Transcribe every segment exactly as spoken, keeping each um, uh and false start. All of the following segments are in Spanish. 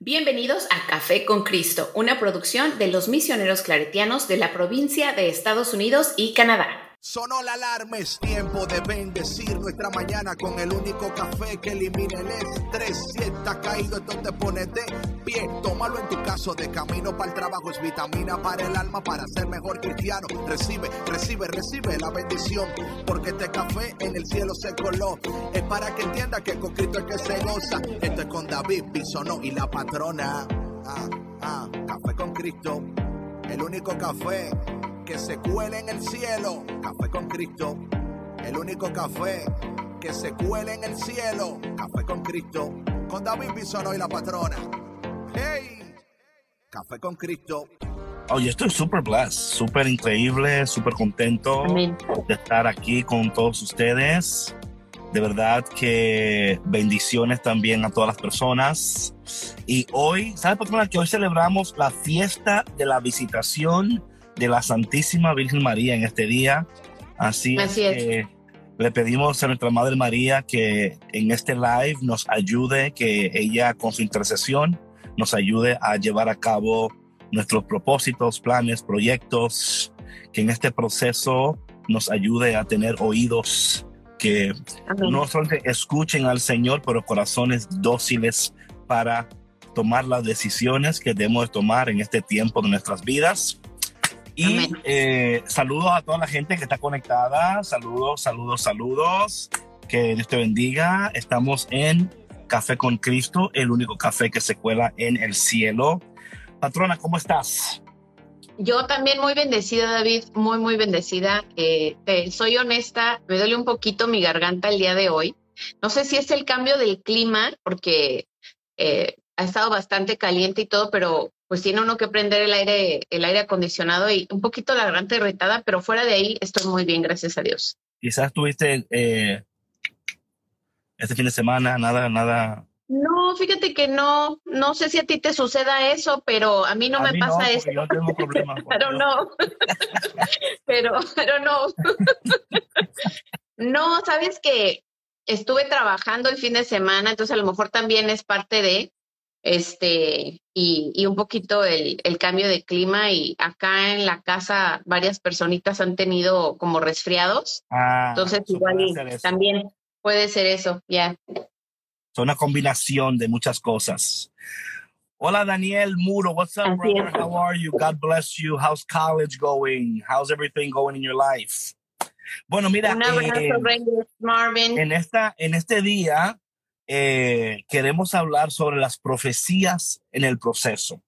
Bienvenidos a Café con Cristo, una producción de los misioneros claretianos de la provincia de Estados Unidos y Canadá. Sonó la alarma, es tiempo de bendecir nuestra mañana con el único café que elimina el estrés. Si estás caído, entonces ponete pie. Tómalo en tu caso, de camino para el trabajo. Es vitamina para el alma, para ser mejor cristiano. Recibe, recibe, recibe la bendición, porque este café en el cielo se coló. Es para que entiendas que con Cristo es que se goza. Esto es con David, Bisonó y la patrona. Ah, ah, Café con Cristo, el único café que se cuele en el cielo. Café con Cristo, el único café que se cuele en el cielo. Café con Cristo, con David Bisonó y la patrona. ¡Hey! Café con Cristo. Oye, estoy súper blessed, súper increíble, súper contento Amén. de estar aquí con todos ustedes. De verdad que bendiciones también a todas las personas. Y hoy, ¿sabes, patrona? Que hoy celebramos la fiesta de la visitación de la Santísima Virgen María en este día. Así, Así es, es. que le pedimos a nuestra Madre María que en este live nos ayude, que ella con su intercesión nos ayude a llevar a cabo nuestros propósitos, planes, proyectos, que en este proceso nos ayude a tener oídos que Amén. no solamente escuchen al Señor, pero corazones dóciles para tomar las decisiones que debemos tomar en este tiempo de nuestras vidas. Y eh, saludos a toda la gente que está conectada. Saludos, saludos, saludos. Que Dios te bendiga. Estamos en Café con Cristo, el único café que se cuela en el cielo. Patrona, ¿cómo estás? Yo también muy bendecida, David, muy, muy bendecida. Eh, te, soy honesta, me duele un poquito mi garganta el día de hoy. No sé si es el cambio del clima, porque eh, ha estado bastante caliente y todo, pero pues tiene uno que prender el aire, el aire acondicionado y un poquito la garganta irritada, pero fuera de ahí estoy muy bien, gracias a Dios. Quizás tuviste eh, este fin de semana, nada, nada. No, fíjate que no, no sé si a ti te suceda eso, pero a mí no A me mí pasa no, eso. porque yo tengo problemas. Pero no, pero, pero no. No, sabes que estuve trabajando el fin de semana, entonces a lo mejor también es parte de, este, y, y un poquito el, el cambio de clima, y acá en la casa varias personitas han tenido como resfriados, Ah, entonces eso igual puede y ser eso. también puede ser eso, ya. Es una combinación de muchas cosas. Hola, Daniel Muro. What's up, Así brother? es. How are you? God bless you. How's college going? How's everything going in your life? Bueno, mira, Un abrazo, eh, Reyes, Marvin. en, esta, en este día eh, queremos hablar sobre las profecías en el proceso.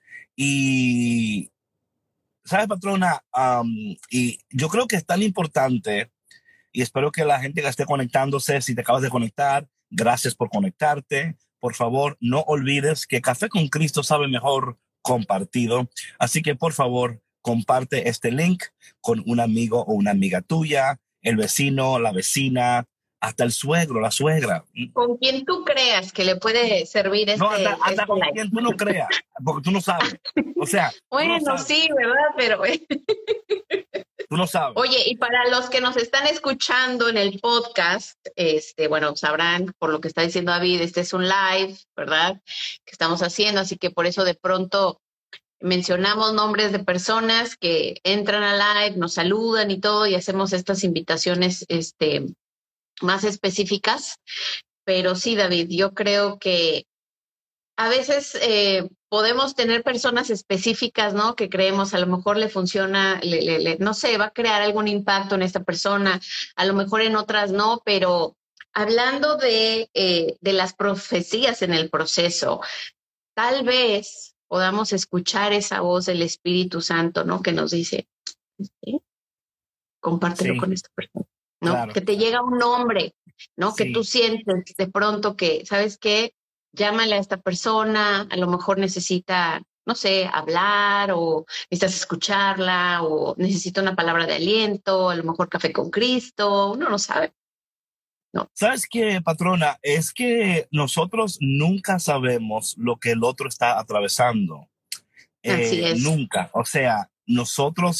Y, ¿sabes, patrona? Um, y yo creo que es tan importante, y espero que la gente que esté conectándose, si te acabas de conectar, gracias por conectarte. Por favor, no olvides que Café con Cristo sabe mejor compartido. Así que, por favor, comparte este link con un amigo o una amiga tuya, el vecino, la vecina, hasta el suegro, la suegra. Con quien tú creas que le puede servir este, No, anda, anda este con live. quien tú no creas, porque tú no sabes. O sea, Bueno, tú no sabes, sí, ¿verdad? Pero tú no sabes. oye, y para los que nos están escuchando en el podcast, este, bueno, sabrán por lo que está diciendo David, este es un live, ¿verdad? Que estamos haciendo, así que por eso de pronto mencionamos nombres de personas que entran al live, nos saludan y todo, y hacemos estas invitaciones, este, más específicas. Pero sí, David, yo creo que a veces eh, podemos tener personas específicas, ¿no? Que creemos a lo mejor le funciona, le, le, le, no sé, va a crear algún impacto en esta persona, a lo mejor en otras no, pero hablando de, eh, de las profecías en el proceso, tal vez podamos escuchar esa voz del Espíritu Santo, ¿no? Que nos dice, ¿sí? Compártelo Sí, con esta persona, ¿no? claro. Que te llega un nombre, ¿no? Sí. Que tú sientes de pronto que, ¿sabes qué? Llámale a esta persona, a lo mejor necesita, no sé, hablar, o necesitas escucharla, o necesita una palabra de aliento, a lo mejor café con Cristo, uno no sabe. No. ¿Sabes qué, patrona? Es que nosotros nunca sabemos lo que el otro está atravesando. Así Eh, es. nunca. O sea, nosotros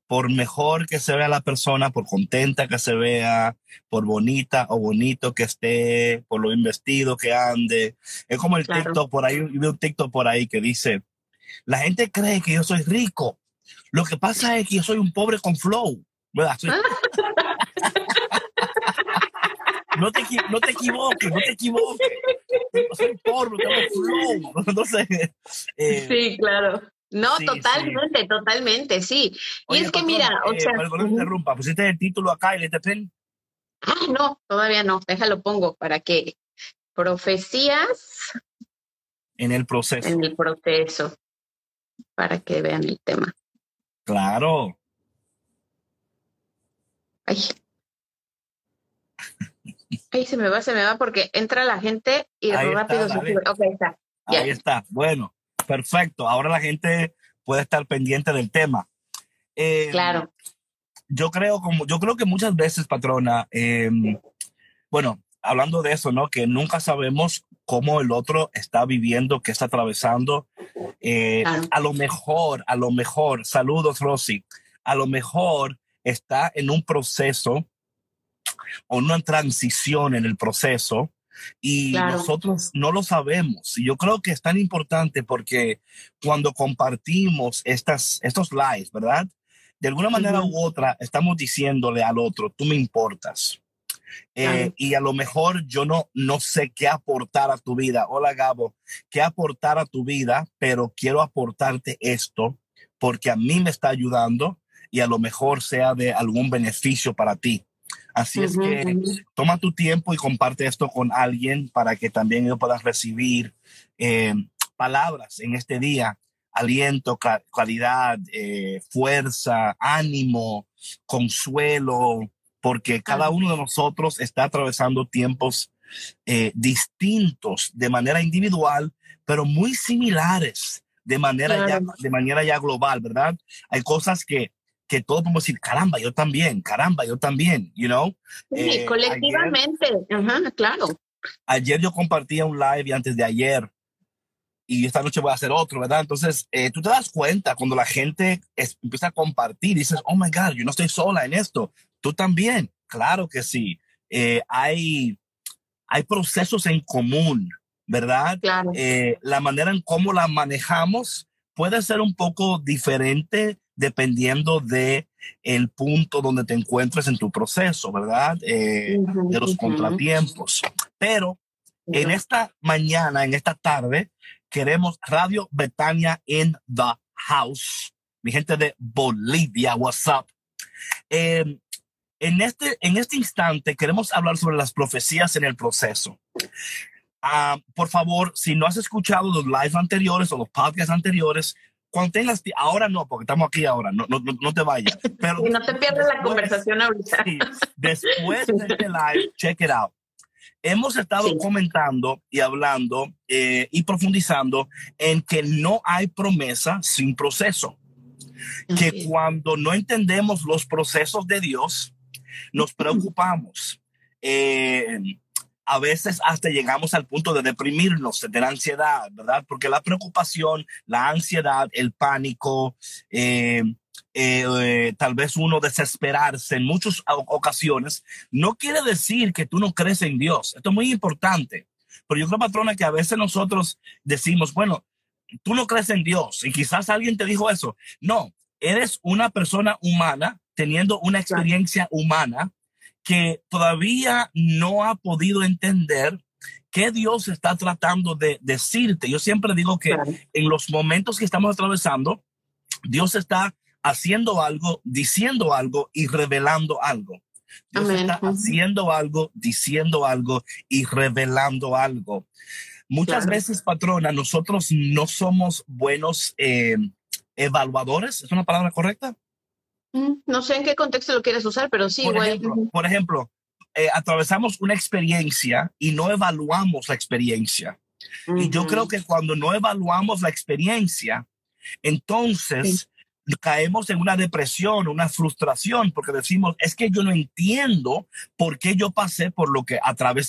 por mejor que se vea la persona, por contenta que se vea, por bonita o bonito que esté, por lo bien vestido que ande. Es como el Claro. TikTok por ahí, yo veo un TikTok por ahí que dice, la gente cree que yo soy rico. Lo que pasa es que yo soy un pobre con flow, ¿verdad? Soy- no, te, equi- no te equivoques, no te equivoques. Soy pobre, tengo flow. Entonces, eh, Sí, claro. No, sí, totalmente, totalmente, sí. Y Oye, es que patrona, mira, o eh, sea, perdón que te ujú. interrumpa, pusiste el título acá y le te pen. Ah, no, todavía no, déjalo pongo para que profecías En el proceso. en el proceso, para que vean el tema. Claro. Ay, ay, se me va, se me va porque entra la gente y Ahí está, rápido se dale. sube. Ok, ahí está. Ya. Ahí está. Bueno, perfecto. Ahora la gente puede estar pendiente del tema. Eh, Claro. Yo creo, como, yo creo que muchas veces, patrona, eh, bueno, hablando de eso, ¿no? Que nunca sabemos cómo el otro está viviendo, qué está atravesando. Eh, Claro. a lo mejor, a lo mejor, saludos, Rosy, a lo mejor está en un proceso o una transición en el proceso y Claro. nosotros no lo sabemos. Y yo creo que es tan importante porque cuando compartimos estas, estos lives, ¿verdad? De alguna manera Ujú. u otra estamos diciéndole al otro, tú me importas. Eh, Claro. y a lo mejor yo no, no sé qué aportar a tu vida. Hola, Gabo, qué aportar a tu vida, pero quiero aportarte esto porque a mí me está ayudando y a lo mejor sea de algún beneficio para ti. Así es Ujú, que ujú. toma tu tiempo y comparte esto con alguien para que también ellos puedan recibir eh, palabras en este día, aliento, ca- calidad, eh, fuerza, ánimo, consuelo, porque cada Claro. uno de nosotros está atravesando tiempos eh, distintos de manera individual, pero muy similares de manera, ya, Claro. de manera ya global, ¿verdad? Hay cosas que, que todos podemos decir, caramba, yo también, caramba, yo también, you know? Sí, Eh, ayer, colectivamente. Ajá, claro. ayer yo compartía un live y antes de ayer, y esta noche voy a hacer otro, ¿verdad? Entonces, eh, tú te das cuenta cuando la gente es, empieza a compartir y dices, oh my God, yo no estoy sola en esto. Tú también. Claro que sí. Eh, hay, hay procesos en común, ¿verdad? Claro. Eh, la manera en cómo la manejamos puede ser un poco diferente dependiendo de el punto donde te encuentres en tu proceso, ¿verdad? Eh, Ujú, de los ujú. contratiempos. Pero en Claro. esta mañana, en esta tarde, queremos Radio Betania in the house. Mi gente de Bolivia, what's up? Eh, en, este, en este instante queremos hablar sobre las profecías en el proceso. Uh, por favor, si no has escuchado los lives anteriores o los podcasts anteriores, cuando tengas, ahora no, porque estamos aquí ahora, no, no, no te vayas. Pero Y no te pierdas la después, conversación ahorita. sí, después de este live, check it out. Hemos estado Sí. comentando y hablando eh, y profundizando en que no hay promesa sin proceso. Que Así es. cuando no entendemos los procesos de Dios, nos preocupamos. Eh, a veces hasta llegamos al punto de deprimirnos, de tener ansiedad, ¿verdad? Porque la preocupación, la ansiedad, el pánico, eh, eh, eh, tal vez uno desesperarse en muchas ocasiones, no quiere decir que tú no crees en Dios. Esto es muy importante. Pero yo creo, patrona, que a veces nosotros decimos, bueno, tú no crees en Dios y quizás alguien te dijo eso. No, eres una persona humana teniendo una experiencia humana que todavía no ha podido entender qué Dios está tratando de decirte. Yo siempre digo que Claro. en los momentos que estamos atravesando, Dios está haciendo algo, diciendo algo y revelando algo. Dios Amén. está Ujú. haciendo algo, diciendo algo y revelando algo. Muchas Claro. veces, patrona, nosotros no somos buenos eh, evaluadores. ¿Es una palabra correcta? Mm, No sé en qué contexto lo quieres usar, pero sí, Por güey. ejemplo, Ujú. por ejemplo, eh, atravesamos una experiencia y no evaluamos la experiencia. Y yo Ujú. creo que cuando no evaluamos la experiencia, entonces caemos en una depresión, una frustración, porque decimos, es que yo no entiendo por qué yo pasé por lo que atravesé.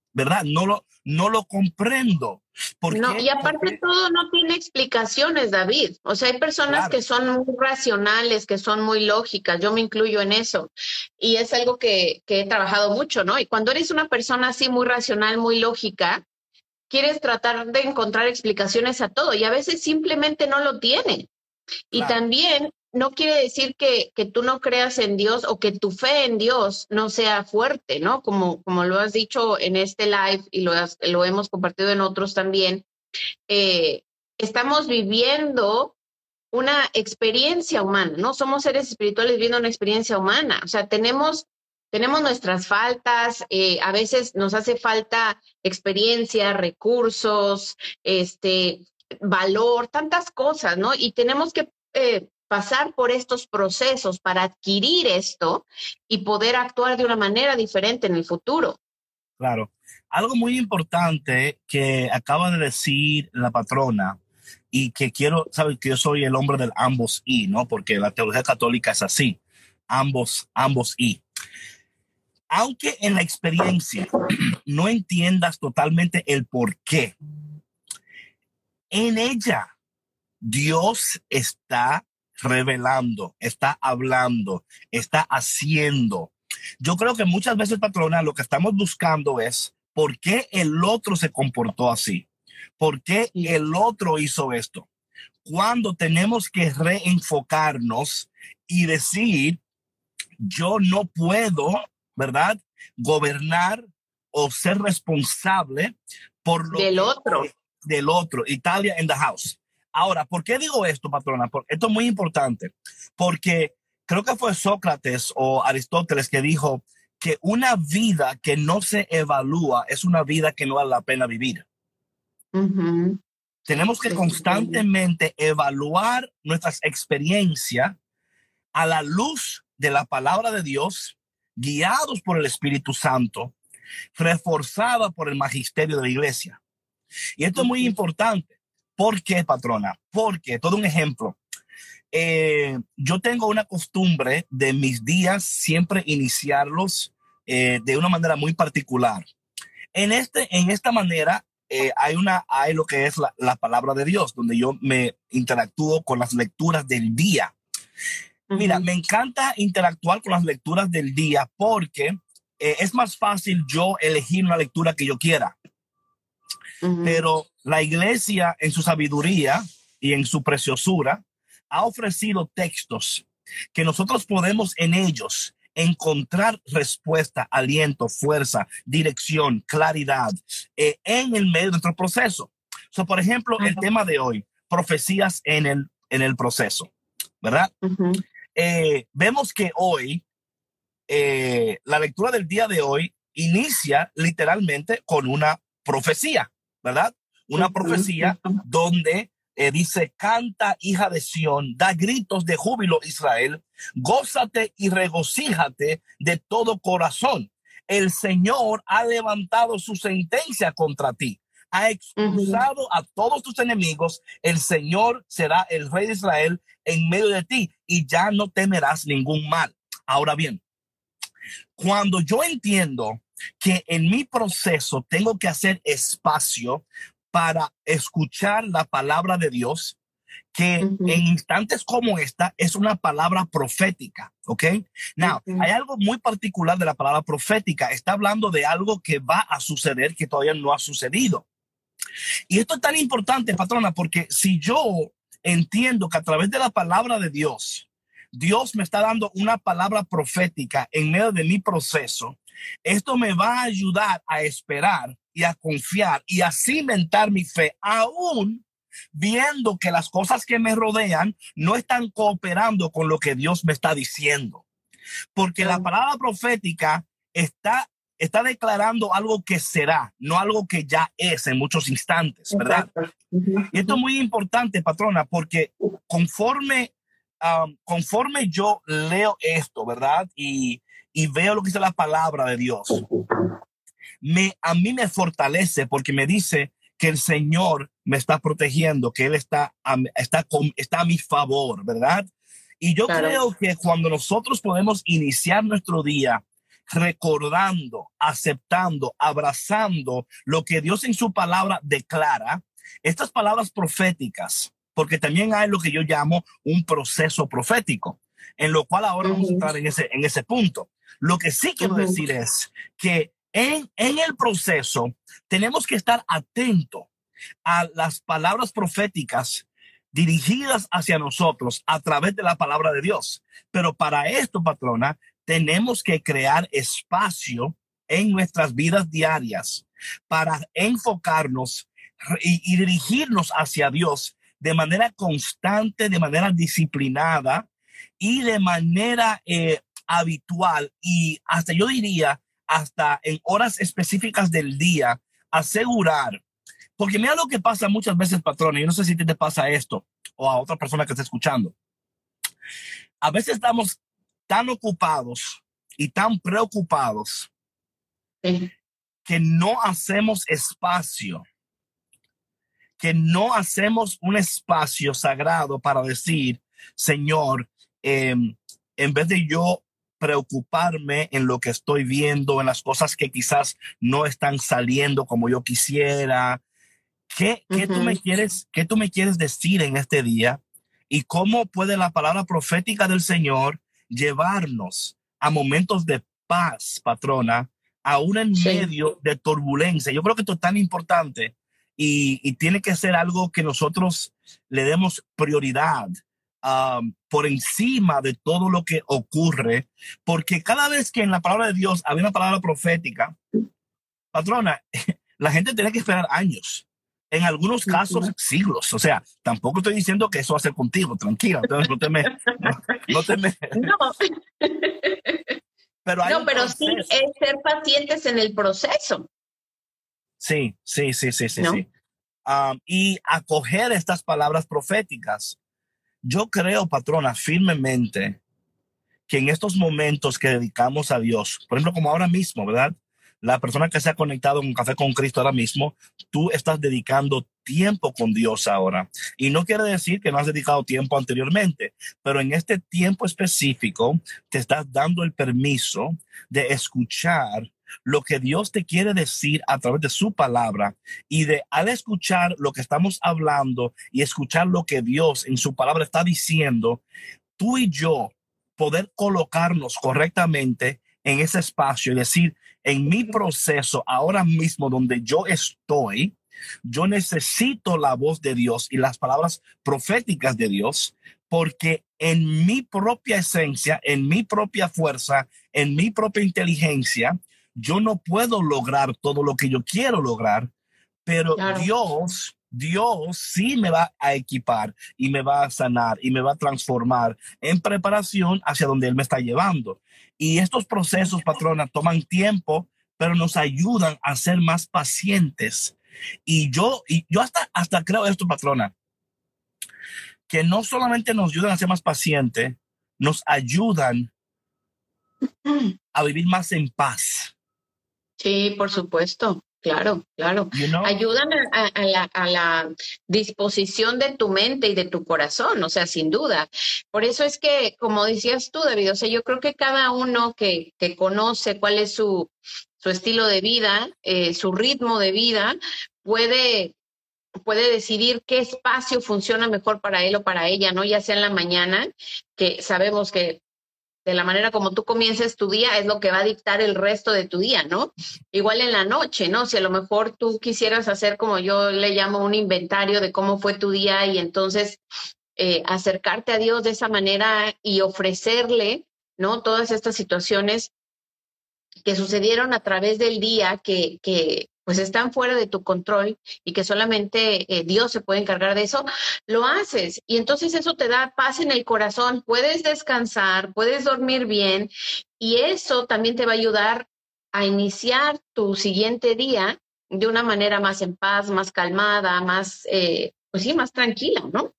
¿verdad? No lo, no lo comprendo. ¿Por No, qué? y aparte Porque, todo no tiene explicaciones, David. O sea, hay personas claro, que son muy racionales, que son muy lógicas, yo me incluyo en eso. Y es algo que, que he trabajado mucho, ¿no? Y cuando eres una persona así muy racional, muy lógica, quieres tratar de encontrar explicaciones a todo y a veces simplemente no lo tienen. Y claro, también no quiere decir que, que tú no creas en Dios o que tu fe en Dios no sea fuerte, ¿no? Como, como lo has dicho en este live y lo, has, lo hemos compartido en otros también. Eh, estamos viviendo una experiencia humana, ¿no? Somos seres espirituales viviendo una experiencia humana. O sea, tenemos, tenemos nuestras faltas, eh, a veces nos hace falta experiencia, recursos, este, valor, tantas cosas, ¿no? Y tenemos que eh, pasar por estos procesos para adquirir esto y poder actuar de una manera diferente en el futuro. claro. Algo muy importante que acaba de decir la patrona y que quiero, sabes que yo soy el hombre del ambos y, ¿no? Porque la teología católica es así, ambos, ambos y. Aunque en la experiencia no entiendas totalmente el por qué, en ella Dios está revelando, está hablando, está haciendo. Yo creo que muchas veces, patrona, lo que estamos buscando es por qué el otro se comportó así, por qué el otro hizo esto. Cuando tenemos que reenfocarnos y decir, yo no puedo, ¿verdad?, gobernar o ser responsable por lo Del que, otro. eh, del otro. Italia in the house. Ahora, ¿por qué digo esto, patrona? Porque esto es muy importante, porque creo que fue Sócrates o Aristóteles que dijo que una vida que no se evalúa es una vida que no vale la pena vivir. Uh-huh. Tenemos que constantemente evaluar nuestras experiencias a la luz de la palabra de Dios, guiados por el Espíritu Santo, reforzada por el magisterio de la iglesia. Y esto es muy importante. ¿Por qué, patrona? Porque, todo un ejemplo, eh, yo tengo una costumbre de mis días siempre iniciarlos eh, de una manera muy particular. En, este, en esta manera eh, hay, una, hay lo que es la, la palabra de Dios, donde yo me interactúo con las lecturas del día. Mira, uh-huh. Me encanta interactuar con las lecturas del día porque eh, es más fácil yo elegir una lectura que yo quiera. Uh-huh. Pero la iglesia en su sabiduría y en su preciosura ha ofrecido textos que nosotros podemos en ellos encontrar respuesta, aliento, fuerza, dirección, claridad eh, en el medio de nuestro proceso. So, por ejemplo, uh-huh. el tema de hoy, profecías en el, en el proceso, ¿verdad? Uh-huh. Eh, vemos que hoy, eh, la lectura del día de hoy inicia literalmente con una profecía, ¿verdad? Una uh-huh. profecía uh-huh. donde eh, dice, canta, hija de Sión, da gritos de júbilo, Israel, gózate y regocíjate de todo corazón. El Señor ha levantado su sentencia contra ti, ha expulsado uh-huh. a todos tus enemigos. El Señor será el rey de Israel en medio de ti y ya no temerás ningún mal. Ahora bien, cuando yo entiendo que en mi proceso tengo que hacer espacio para escuchar la palabra de Dios, que uh-huh. en instantes como esta es una palabra profética, ¿ok? Now, uh-huh. hay algo muy particular de la palabra profética. Está hablando de algo que va a suceder, que todavía no ha sucedido. Y esto es tan importante, patrona, porque si yo entiendo que a través de la palabra de Dios, Dios me está dando una palabra profética en medio de mi proceso, esto me va a ayudar a esperar y a confiar y a cimentar mi fe, aún viendo que las cosas que me rodean no están cooperando con lo que Dios me está diciendo. Porque la palabra profética está, está declarando algo que será, no algo que ya es en muchos instantes, ¿verdad? Y esto es muy importante, patrona, porque conforme, um, conforme yo leo esto, ¿verdad? Y, y veo lo que dice la palabra de Dios, me, a mí me fortalece porque me dice que el Señor me está protegiendo, que Él está a, está, con, está a mi favor, ¿verdad? Y yo claro. creo que cuando nosotros podemos iniciar nuestro día recordando, aceptando, abrazando lo que Dios en su palabra declara, estas palabras proféticas, porque también hay lo que yo llamo un proceso profético, en lo cual ahora uh-huh. vamos a entrar en ese, en ese punto. Lo que sí quiero uh-huh. decir es que en, en el proceso tenemos que estar atentos a las palabras proféticas dirigidas hacia nosotros a través de la palabra de Dios. Pero para esto, patrona, tenemos que crear espacio en nuestras vidas diarias para enfocarnos y, y dirigirnos hacia Dios de manera constante, de manera disciplinada y de manera eh, habitual, y hasta yo diría hasta en horas específicas del día, asegurar. Porque mira lo que pasa muchas veces, patrona, yo no sé si te pasa esto o a otra persona que está escuchando. A veces estamos tan ocupados y tan preocupados sí. que no hacemos espacio, que no hacemos un espacio sagrado para decir, Señor, eh, en vez de yo preocuparme en lo que estoy viendo, en las cosas que quizás no están saliendo como yo quisiera, ¿Qué, qué, uh-huh. tú me quieres, ¿Qué tú me quieres decir en este día? ¿Y cómo puede la palabra profética del Señor llevarnos a momentos de paz, patrona, aún en sí. medio de turbulencia? Yo creo que esto es tan importante y, y tiene que ser algo que nosotros le demos prioridad um, por encima de todo lo que ocurre, porque cada vez que en la palabra de Dios había una palabra profética, patrona, la gente tenía que esperar años. En algunos casos, siglos. O sea, tampoco estoy diciendo que eso va a ser contigo, tranquila. Entonces, no te me... No, no, te me... no. Pero, hay no, pero sí es ser pacientes en el proceso. Sí, sí, sí, sí, sí. ¿No? sí. Um, y acoger estas palabras proféticas. Yo creo, patrona, firmemente que en estos momentos que dedicamos a Dios, por ejemplo, como ahora mismo, ¿verdad? La persona que se ha conectado en Café con Cristo ahora mismo, tú estás dedicando tiempo con Dios ahora. Y no quiere decir que no has dedicado tiempo anteriormente, pero en este tiempo específico te estás dando el permiso de escuchar lo que Dios te quiere decir a través de su palabra, y de al escuchar lo que estamos hablando y escuchar lo que Dios en su palabra está diciendo, tú y yo poder colocarnos correctamente en ese espacio y decir, en mi proceso ahora mismo donde yo estoy, yo necesito la voz de Dios y las palabras proféticas de Dios, porque en mi propia esencia, en mi propia fuerza, en mi propia inteligencia, yo no puedo lograr todo lo que yo quiero lograr, pero claro. Dios, Dios sí me va a equipar y me va a sanar y me va a transformar en preparación hacia donde Él me está llevando. Y estos procesos, patrona, toman tiempo, pero nos ayudan a ser más pacientes. Y yo, y yo hasta, hasta creo esto, patrona, que no solamente nos ayudan a ser más pacientes, nos ayudan a vivir más en paz. Sí, por supuesto. Claro, claro. You know? Ayudan a, a, la, a la disposición de tu mente y de tu corazón, o sea, sin duda. Por eso es que, como decías tú, David, o sea, yo creo que cada uno que, que conoce cuál es su, su estilo de vida, eh, su ritmo de vida, puede, puede decidir qué espacio funciona mejor para él o para ella, ¿no? Ya sea en la mañana, que sabemos que de la manera como tú comiences tu día es lo que va a dictar el resto de tu día, ¿no? Igual en la noche, ¿no? Si a lo mejor tú quisieras hacer, como yo le llamo, un inventario de cómo fue tu día, y entonces eh, acercarte a Dios de esa manera y ofrecerle, ¿no? Todas estas situaciones que sucedieron a través del día, que, que pues están fuera de tu control y que solamente eh, Dios se puede encargar de eso, lo haces. Y entonces eso te da paz en el corazón, puedes descansar, puedes dormir bien, y eso también te va a ayudar a iniciar tu siguiente día de una manera más en paz, más calmada, más, eh, pues sí, más tranquila, ¿no?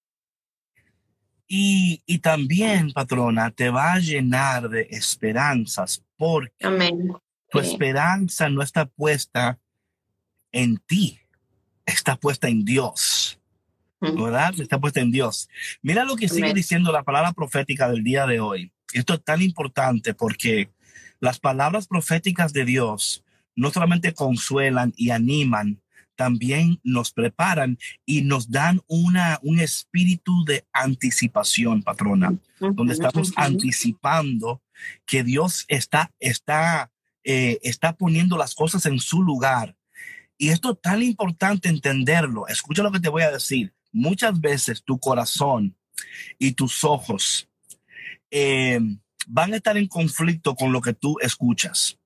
Y, y también, patrona, te va a llenar de esperanzas, porque Amén. Tu sí. esperanza no está puesta en ti, está puesta en Dios, ¿verdad? Está puesta en Dios. Mira lo que sigue Amén. diciendo la palabra profética del día de hoy. Esto es tan importante porque Las palabras proféticas de Dios no solamente consuelan y animan, también nos preparan y nos dan una, un espíritu de anticipación, patrona, uh-huh, donde estamos uh-huh. anticipando que Dios está, está, eh, está poniendo las cosas en su lugar. Y esto es tan importante entenderlo. Escucha lo que te voy a decir. Muchas veces tu corazón y tus ojos eh, van a estar en conflicto con lo que tú escuchas.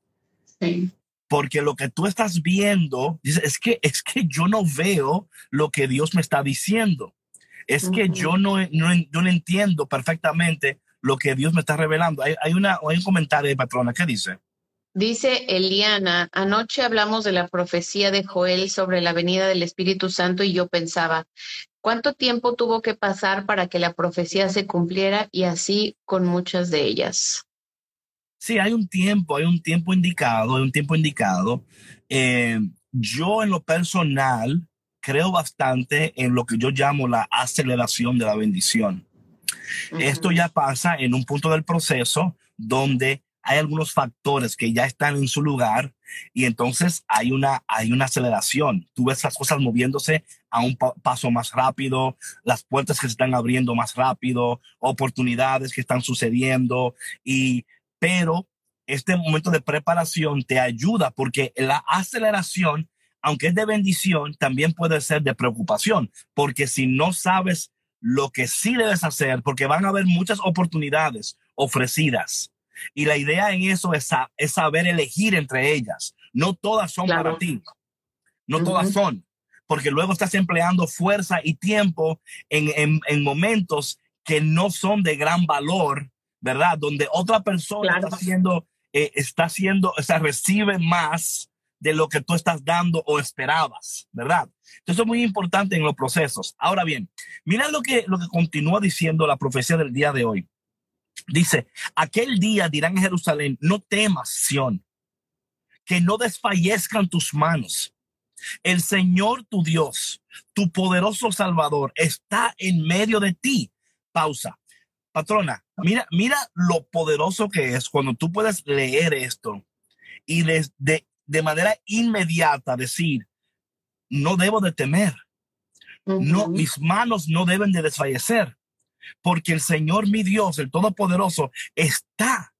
Sí. Porque lo que tú estás viendo, dice, es que, es que yo no veo lo que Dios me está diciendo. Es uh-huh. que yo no, no, yo no entiendo perfectamente lo que Dios me está revelando. Hay, hay, una, hay un comentario de patrona. ¿Qué dice? Dice Eliana, anoche hablamos de la profecía de Joel sobre la venida del Espíritu Santo y yo pensaba, ¿cuánto tiempo tuvo que pasar para que la profecía se cumpliera? Y así con muchas de ellas. Sí, hay un tiempo, hay un tiempo indicado, hay un tiempo indicado. Eh, yo en lo personal creo bastante en lo que yo llamo la aceleración de la bendición. Uh-huh. Esto ya pasa en un punto del proceso donde hay algunos factores que ya están en su lugar y entonces hay una, hay una aceleración. Tú ves las cosas moviéndose a un pa- paso más rápido, las puertas que se están abriendo más rápido, oportunidades que están sucediendo y pero este momento de preparación te ayuda porque la aceleración, aunque es de bendición, también puede ser de preocupación, porque si no sabes lo que sí debes hacer, porque van a haber muchas oportunidades ofrecidas y la idea en eso es, a, es saber elegir entre ellas. No todas son claro. para ti, no uh-huh. todas son, porque luego estás empleando fuerza y tiempo en, en, en momentos que no son de gran valor, ¿verdad? Donde otra persona claro. está haciendo, eh, está haciendo, o sea, recibe más de lo que tú estás dando o esperabas, ¿verdad? Entonces es muy importante en los procesos. Ahora bien, mira lo que, lo que continúa diciendo la profecía del día de hoy. Dice, aquel día dirán en Jerusalén, no temas, Sión, que no desfallezcan tus manos. El Señor tu Dios, tu poderoso Salvador, está en medio de ti. Pausa. Patrona, mira, mira lo poderoso que es cuando tú puedes leer esto y de, de, de manera inmediata decir, no debo de temer. Uh-huh. No, mis manos no deben de desfallecer, porque el Señor, mi Dios, el Todopoderoso, está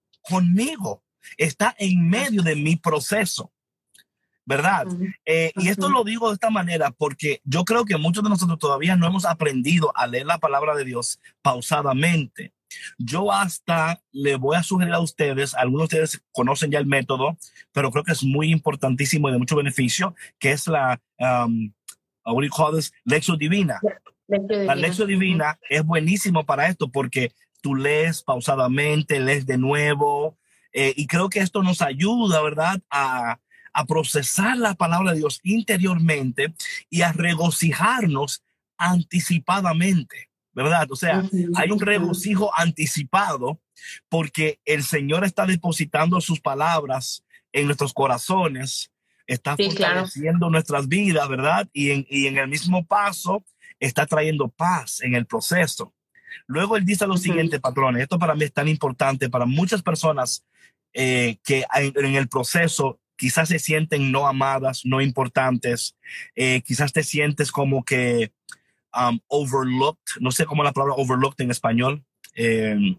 conmigo, está en medio de mi proceso. ¿Verdad? Uh-huh. Eh, y esto lo digo de esta manera porque yo creo que muchos de nosotros todavía no hemos aprendido a leer la palabra de Dios pausadamente. Yo hasta le voy a sugerir a ustedes, algunos de ustedes conocen ya el método, pero creo que es muy importantísimo y de mucho beneficio, que es la um, what do you call this? Lección divina. Lección la lección divina uh-huh. es buenísimo para esto porque tú lees pausadamente, lees de nuevo eh, y creo que esto nos ayuda, ¿verdad? A a procesar la palabra de Dios interiormente y a regocijarnos anticipadamente, ¿verdad? O sea, uh-huh. hay un regocijo anticipado porque el Señor está depositando sus palabras en nuestros corazones, está sí, fortaleciendo claro. nuestras vidas, ¿verdad? Y en, y en el mismo paso está trayendo paz en el proceso. Luego él dice lo uh-huh. siguiente, patrones, esto para mí es tan importante para muchas personas eh, que en, en el proceso quizás se sienten no amadas, no importantes. Eh, quizás te sientes como que um, overlooked. No sé cómo la palabra overlooked en español. Eh,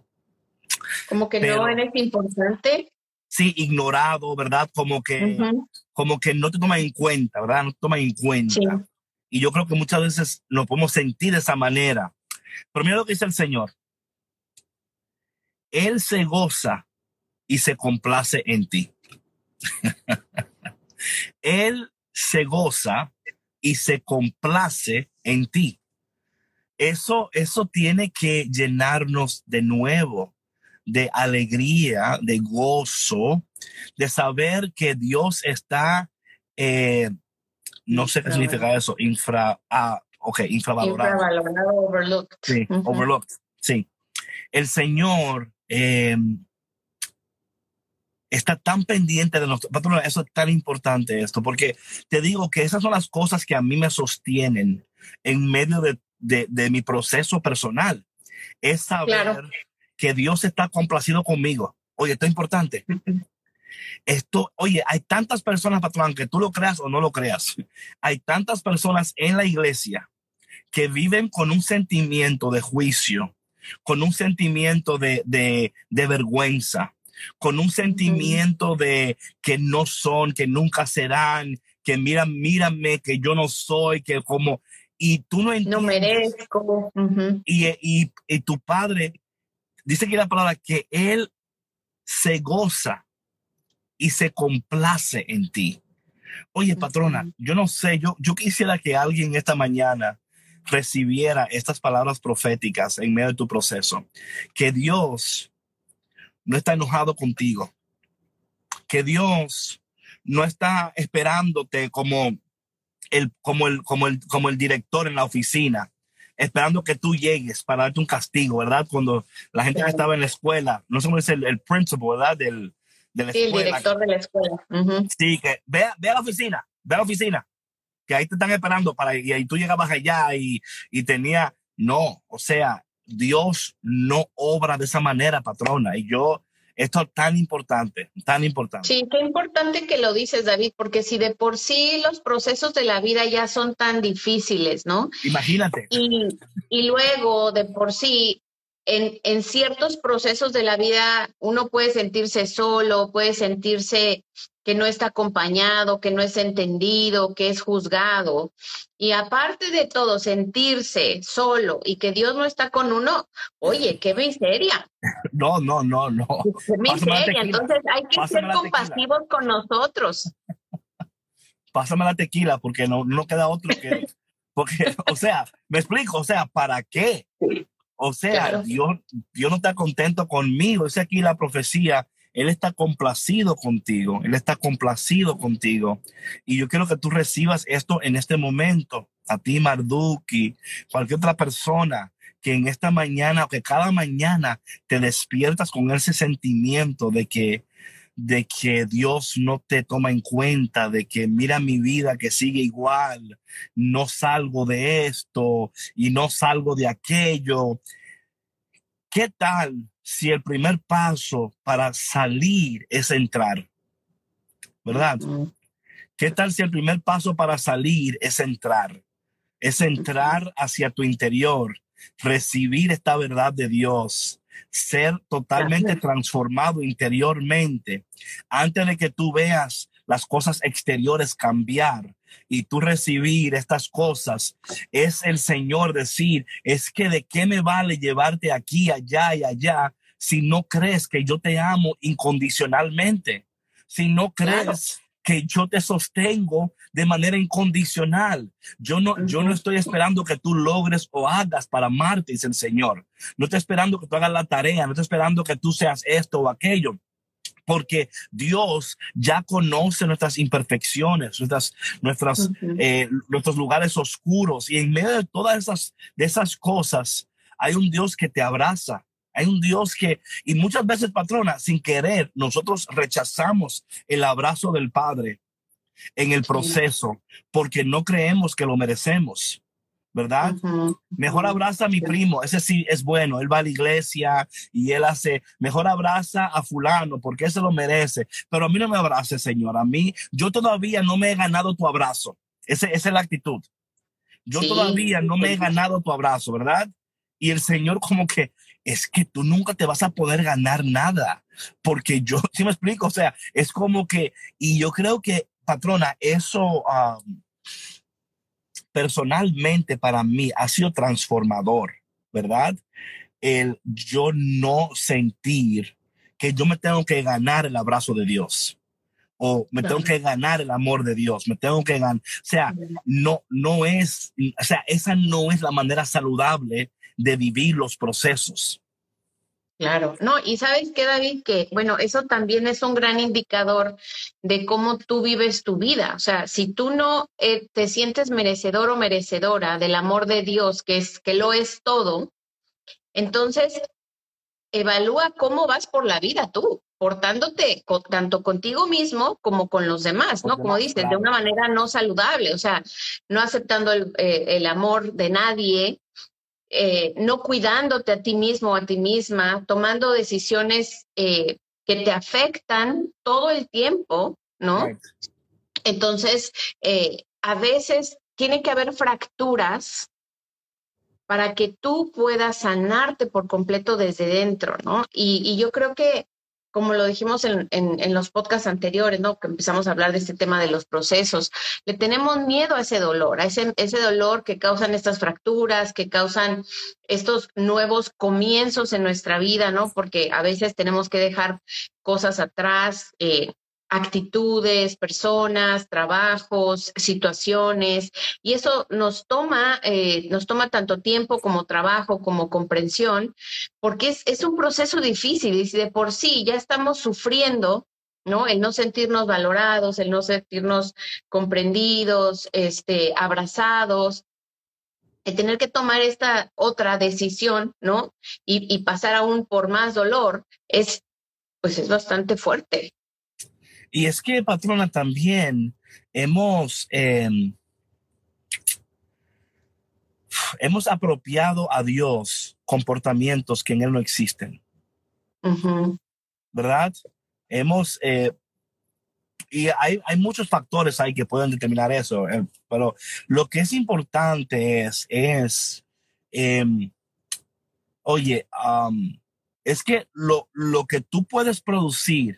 como que pero, no eres importante. Sí, ignorado, ¿verdad? Como que, uh-huh. como que no te toman en cuenta, ¿verdad? No te toman en cuenta. Sí. Y yo creo que muchas veces nos podemos sentir de esa manera. Pero mira lo que dice el Señor. Él se goza y se complace en ti. Él se goza y se complace en ti. Eso, eso tiene que llenarnos de nuevo, de alegría, de gozo, de saber que Dios está, eh, no sé qué significa eso, infra, ah, ok, infravalorado. Infravalorado, overlooked. Sí, uh-huh. overlooked, sí. El Señor eh, está tan pendiente de nosotros. Patrón, eso es tan importante esto, porque te digo que esas son las cosas que a mí me sostienen en medio de, de, de mi proceso personal. Es saber claro. que Dios está complacido conmigo. Oye, esto es importante. Esto, oye, hay tantas personas, patrón, aunque tú lo creas o no lo creas, hay tantas personas en la iglesia que viven con un sentimiento de juicio, con un sentimiento de, de, de vergüenza, con un sentimiento de que no son, que nunca serán, que mira, mírame, que yo no soy, que como, y tú no entiendes. No merezco. Uh-huh. Y, y, y tu padre, dice aquí la palabra, que él se goza y se complace en ti. Oye, patrona, uh-huh. yo no sé, yo, yo quisiera que alguien esta mañana recibiera estas palabras proféticas en medio de tu proceso, que Dios no está enojado contigo, que Dios no está esperándote como el, como el, como el, como el director en la oficina, esperando que tú llegues para darte un castigo, ¿verdad? Cuando la gente claro. que estaba en la escuela, no sé cómo es el, el principal, ¿verdad? Del, de la sí, escuela. el director de la escuela. Uh-huh. Sí, que ve, ve a la oficina, ve a la oficina, que ahí te están esperando para, y ahí tú llegabas allá y, y tenía, no, o sea, Dios no obra de esa manera, patrona. Y yo, esto es tan importante, tan importante. Sí, qué importante que lo dices, David, porque si de por sí los procesos de la vida ya son tan difíciles, ¿no? Imagínate. Y, y luego de por sí, en, en ciertos procesos de la vida, uno puede sentirse solo, puede sentirse que no está acompañado, que no es entendido, que es juzgado. Y aparte de todo, sentirse solo y que Dios no está con uno, oye, qué miseria. No, no, no, no. Qué miseria. Entonces hay que Pásame ser compasivos con nosotros. Pásame la tequila porque no, no queda otro que... Porque, o sea, me explico, o sea, ¿para qué? O sea, claro. Dios, Dios no está contento conmigo. Es aquí la profecía. Él está complacido contigo. Él está complacido contigo. Y yo quiero que tú recibas esto en este momento. A ti, Marduki, cualquier otra persona que en esta mañana o que cada mañana te despiertas con ese sentimiento de que, de que Dios no te toma en cuenta, de que mira mi vida que sigue igual, no salgo de esto y no salgo de aquello. ¿Qué tal si el primer paso para salir es entrar? ¿Verdad? ¿Qué tal si el primer paso para salir es entrar? Es entrar hacia tu interior, recibir esta verdad de Dios, ser totalmente transformado interiormente antes de que tú veas las cosas exteriores cambiar y tú recibir estas cosas. Es el Señor decir, es que de qué me vale llevarte aquí, allá y allá si no crees que yo te amo incondicionalmente, si no crees claro. que yo te sostengo de manera incondicional. Yo no, uh-huh. yo no estoy esperando que tú logres o hagas para amarte, dice el Señor. No estoy esperando que tú hagas la tarea, no estoy esperando que tú seas esto o aquello. Porque Dios ya conoce nuestras imperfecciones, nuestras, nuestras, uh-huh. eh, nuestros lugares oscuros. Y en medio de todas esas, de esas cosas, hay un Dios que te abraza. Hay un Dios que, y muchas veces, patrona, sin querer, nosotros rechazamos el abrazo del Padre en el proceso porque no creemos que lo merecemos, ¿verdad? Uh-huh. Mejor abraza a mi primo, ese sí es bueno, él va a la iglesia y él hace, mejor abraza a fulano porque ese lo merece, pero a mí no me abrace, Señor, a mí, yo todavía no me he ganado tu abrazo, ese, esa es la actitud, yo sí. todavía no me he ganado tu abrazo, ¿verdad? Y el Señor como que, es que tú nunca te vas a poder ganar nada, porque yo, ¿sí me explico? O sea, es como que, y yo creo que, patrona, eso um, personalmente para mí ha sido transformador, ¿verdad? El yo no sentir que yo me tengo que ganar el abrazo de Dios o me tengo que ganar el amor de Dios, me tengo que ganar, o sea, no, no es, o sea, esa no es la manera saludable de vivir los procesos. Claro, no, y sabes qué, David, que bueno, eso también es un gran indicador de cómo tú vives tu vida. O sea, si tú no eh, te sientes merecedor o merecedora del amor de Dios, que es que lo es todo, entonces evalúa cómo vas por la vida tú, portándote con, tanto contigo mismo como con los demás, ¿no? Como dices, de una manera no saludable, o sea, no aceptando el, eh, el amor de nadie. Eh, no cuidándote a ti mismo o a ti misma, tomando decisiones eh, que te afectan todo el tiempo, ¿no? Right. Entonces, eh, a veces tiene que haber fracturas para que tú puedas sanarte por completo desde dentro, ¿no? Y, y yo creo que, como lo dijimos en, en, en los podcasts anteriores, ¿no? Que empezamos a hablar de este tema de los procesos, le tenemos miedo a ese dolor, a ese, ese dolor que causan estas fracturas, que causan estos nuevos comienzos en nuestra vida, ¿no? Porque a veces tenemos que dejar cosas atrás, eh, actitudes, personas, trabajos, situaciones, y eso nos toma, eh, nos toma tanto tiempo como trabajo, como comprensión, porque es, es un proceso difícil, y si de por sí ya estamos sufriendo, ¿no? El no sentirnos valorados, el no sentirnos comprendidos, este, abrazados, el tener que tomar esta otra decisión, ¿no? Y, y pasar aún por más dolor, es, pues es bastante fuerte. Y es que, patrona, también hemos, eh, hemos apropiado a Dios comportamientos que en Él no existen. Uh-huh. ¿Verdad? Hemos, eh, y hay, hay muchos factores ahí que pueden determinar eso, eh, pero lo que es importante es, es eh, oye, um, es que lo, lo que tú puedes producir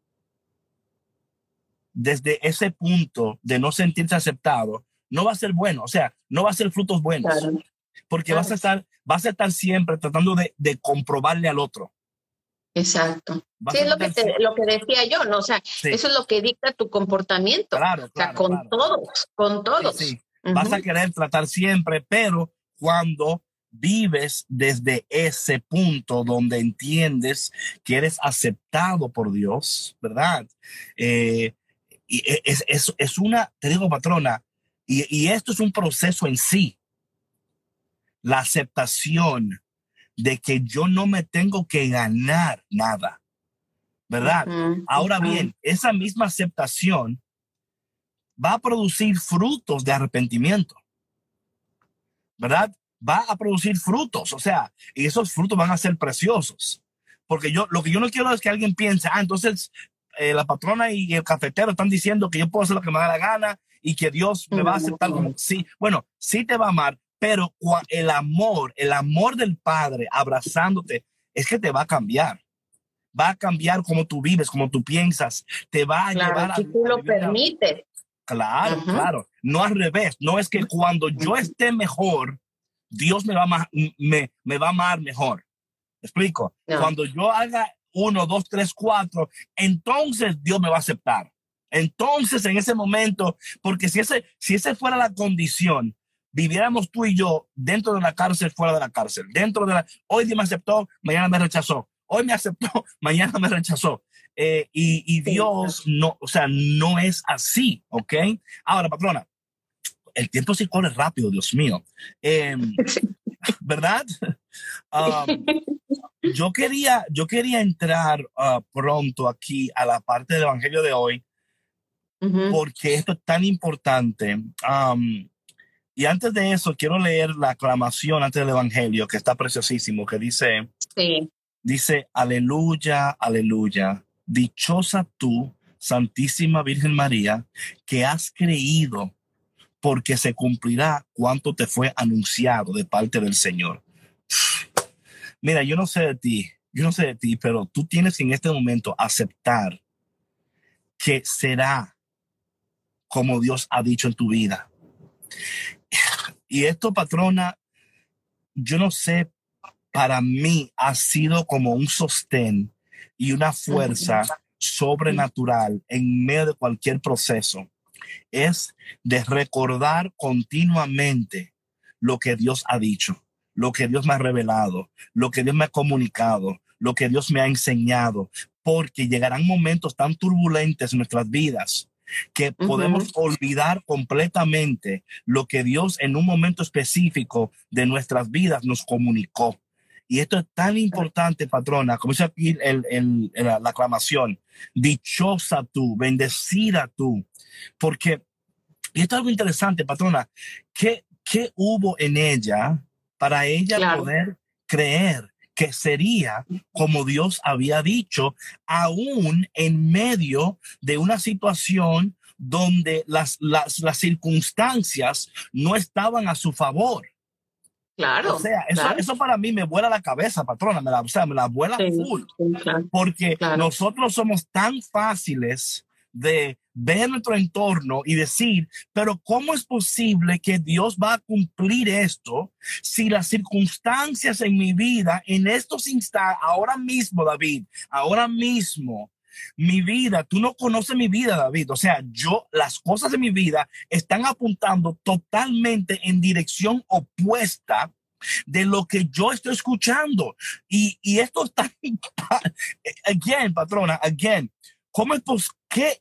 desde ese punto de no sentirse aceptado, no va a ser bueno, o sea, no va a ser frutos buenos, Claro. porque Claro. vas a estar, vas a estar siempre tratando de, de comprobarle al otro. Exacto. Vas Sí, a es lo que, tratar te, siempre- lo que decía yo, ¿no? O sea, Sí. eso es lo que dicta tu comportamiento. Claro, O sea, claro, con claro. todos, con todos. Sí, sí. Ujú. Vas a querer tratar siempre, pero cuando vives desde ese punto donde entiendes que eres aceptado por Dios, ¿verdad? Eh, y es, es, es una, te digo, patrona, y, y esto es un proceso en sí, la aceptación de que yo no me tengo que ganar nada, ¿verdad? Ujú, Ahora ujú. bien, esa misma aceptación va a producir frutos de arrepentimiento, ¿verdad? Va a producir frutos, o sea, y esos frutos van a ser preciosos. Porque yo, lo que yo no quiero es que alguien piense, ah, entonces eh, la patrona y el cafetero están diciendo que yo puedo hacer lo que me da la gana y que Dios me va a aceptar como sí. Bueno, sí te va a amar, pero cua- el amor, el amor del Padre abrazándote es que te va a cambiar. Va a cambiar cómo tú vives, cómo tú piensas, te va a llevar Claro, a, si tú a lo vivir una- permites. Claro, Ujú. claro. No al revés. No es que cuando yo esté mejor, Dios me va a, ma- me, me va a amar mejor. ¿Me explico? No. Cuando yo haga uno, dos, tres, cuatro, entonces Dios me va a aceptar. Entonces, en ese momento, porque si ese, si ese fuera la condición, viviéramos tú y yo dentro de la cárcel, fuera de la cárcel, dentro de la, hoy Dios me aceptó, mañana me rechazó, hoy me aceptó, mañana me rechazó. Eh, y, y Dios no, o sea, no es así, ¿ok? Ahora, patrona, el tiempo sí corre rápido, Dios mío. Eh, ¿Verdad? Um, yo quería, yo quería entrar uh, pronto aquí a la parte del Evangelio de hoy, Ujú. porque esto es tan importante. Um, y antes de eso, quiero leer la aclamación antes del Evangelio, que está preciosísimo, que dice, Sí. dice, aleluya, aleluya, dichosa tú, Santísima Virgen María, que has creído, porque se cumplirá cuanto te fue anunciado de parte del Señor. Mira, yo no sé de ti, yo no sé de ti, pero tú tienes que en este momento aceptar que será como Dios ha dicho en tu vida. Y esto, patrona, yo no sé, para mí ha sido como un sostén y una fuerza sobrenatural en medio de cualquier proceso. Es de recordar continuamente lo que Dios ha dicho, lo que Dios me ha revelado, lo que Dios me ha comunicado, lo que Dios me ha enseñado, porque llegarán momentos tan turbulentos en nuestras vidas que Ujú. podemos olvidar completamente lo que Dios en un momento específico de nuestras vidas nos comunicó. Y esto es tan importante, patrona, como dice aquí el, el, el, la aclamación, dichosa tú, bendecida tú, porque, y esto es algo interesante, patrona, ¿qué, qué hubo en ella para ella Claro. poder creer que sería como Dios había dicho, aún en medio de una situación donde las, las, las circunstancias no estaban a su favor. Claro. O sea, eso, claro. eso para mí me vuela la cabeza, patrona, me la, o sea, me la vuela Sí, full. sí, claro. Porque Claro. nosotros somos tan fáciles de ver nuestro entorno y decir, pero ¿cómo es posible que Dios va a cumplir esto si las circunstancias en mi vida, en estos instantes, ahora mismo, David, ahora mismo, mi vida, tú no conoces mi vida, David, o sea, yo, las cosas de mi vida están apuntando totalmente en dirección opuesta de lo que yo estoy escuchando. Y, y esto está, again, patrona, again, ¿cómo es posible?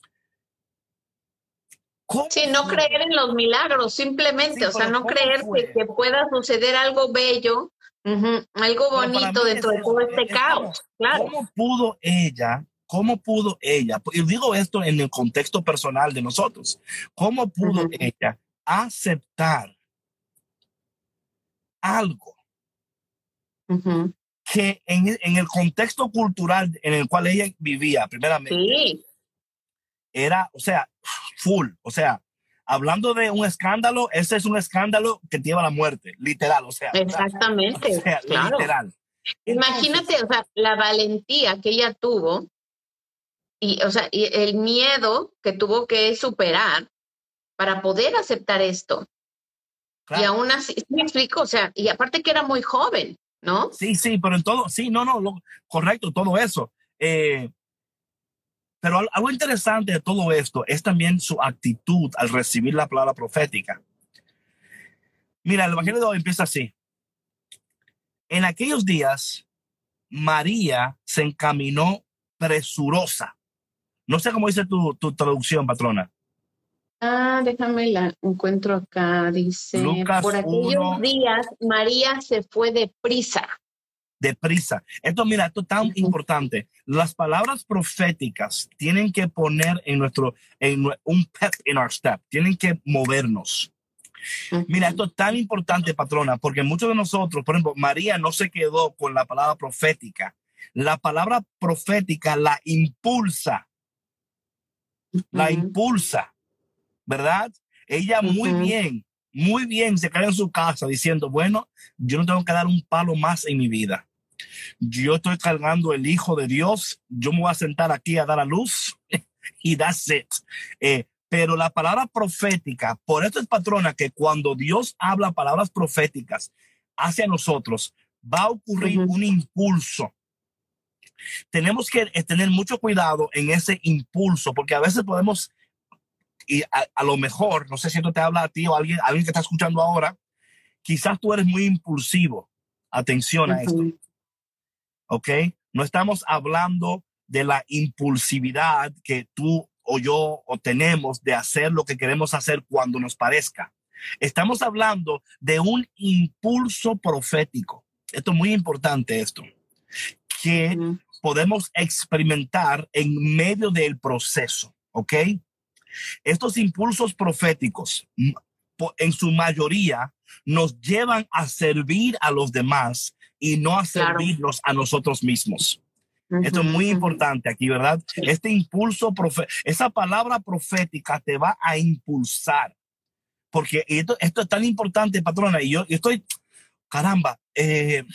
¿Cómo Sí, no fue? creer en los milagros, simplemente, Sí, o sea, pero no ¿cómo creer fue? que, que pueda suceder algo bello, ujú, algo Pero para bonito mí dentro es de todo eso, este es, es como, caos, claro. ¿cómo pudo ella, cómo pudo ella, y digo esto en el contexto personal de nosotros, cómo pudo Ujú. ella aceptar algo Ujú. que en, en el contexto cultural en el cual ella vivía, primeramente, Sí, era, o sea, full, o sea, hablando de un escándalo, ese es un escándalo que lleva a la muerte, literal, o sea, o exactamente, sea, claro. literal. Imagínate, Entonces, o sea, la valentía que ella tuvo y, o sea, y el miedo que tuvo que superar para poder aceptar esto. Y claro, aún así, ¿sí me explico? O sea, y aparte que era muy joven, ¿no? sí, sí, pero en todo, sí, no, no, lo, correcto, todo eso. Eh, pero al- algo interesante de todo esto es también su actitud al recibir la palabra profética. Mira, el Evangelio de hoy empieza así. En aquellos días, María se encaminó presurosa. No sé cómo dice tu, tu traducción, patrona. Ah, déjame la encuentro acá. Dice, por Lucas aquellos uno, días María se fue deprisa. deprisa. Esto, mira, esto es tan importante. Las palabras proféticas tienen que poner en nuestro, en un pep in our step. Tienen que movernos. Mira, esto es tan importante, patrona, porque muchos de nosotros, por ejemplo, María no se quedó con la palabra profética. La palabra profética la impulsa, la Ujú, impulsa, ¿verdad? Ella muy ujú. bien, muy bien se queda en su casa diciendo, bueno, yo no tengo que dar un palo más en mi vida. Yo estoy cargando el Hijo de Dios, yo me voy a sentar aquí a dar a luz y that's it. Eh, pero la palabra profética, por esto es, patrona, que cuando Dios habla palabras proféticas hacia nosotros, va a ocurrir Ujú. un impulso. Tenemos que tener mucho cuidado en ese impulso, porque a veces podemos, y a, a lo mejor, no sé si esto te habla a ti o a alguien, a alguien que está escuchando ahora, quizás tú eres muy impulsivo. Atención a esto, Ujú. ¿ok? No estamos hablando de la impulsividad que tú o yo o tenemos de hacer lo que queremos hacer cuando nos parezca. Estamos hablando de un impulso profético. Esto es muy importante, esto, que Ujú. podemos experimentar en medio del proceso, ¿ok? Estos impulsos proféticos, en su mayoría, nos llevan a servir a los demás y no a Claro. servirnos a nosotros mismos. Esto es Ujú, muy ujú. importante aquí, ¿verdad? Sí. Este impulso, profe- esa palabra profética te va a impulsar. Porque esto, esto es tan importante, patrona, y yo, yo estoy, caramba, eh,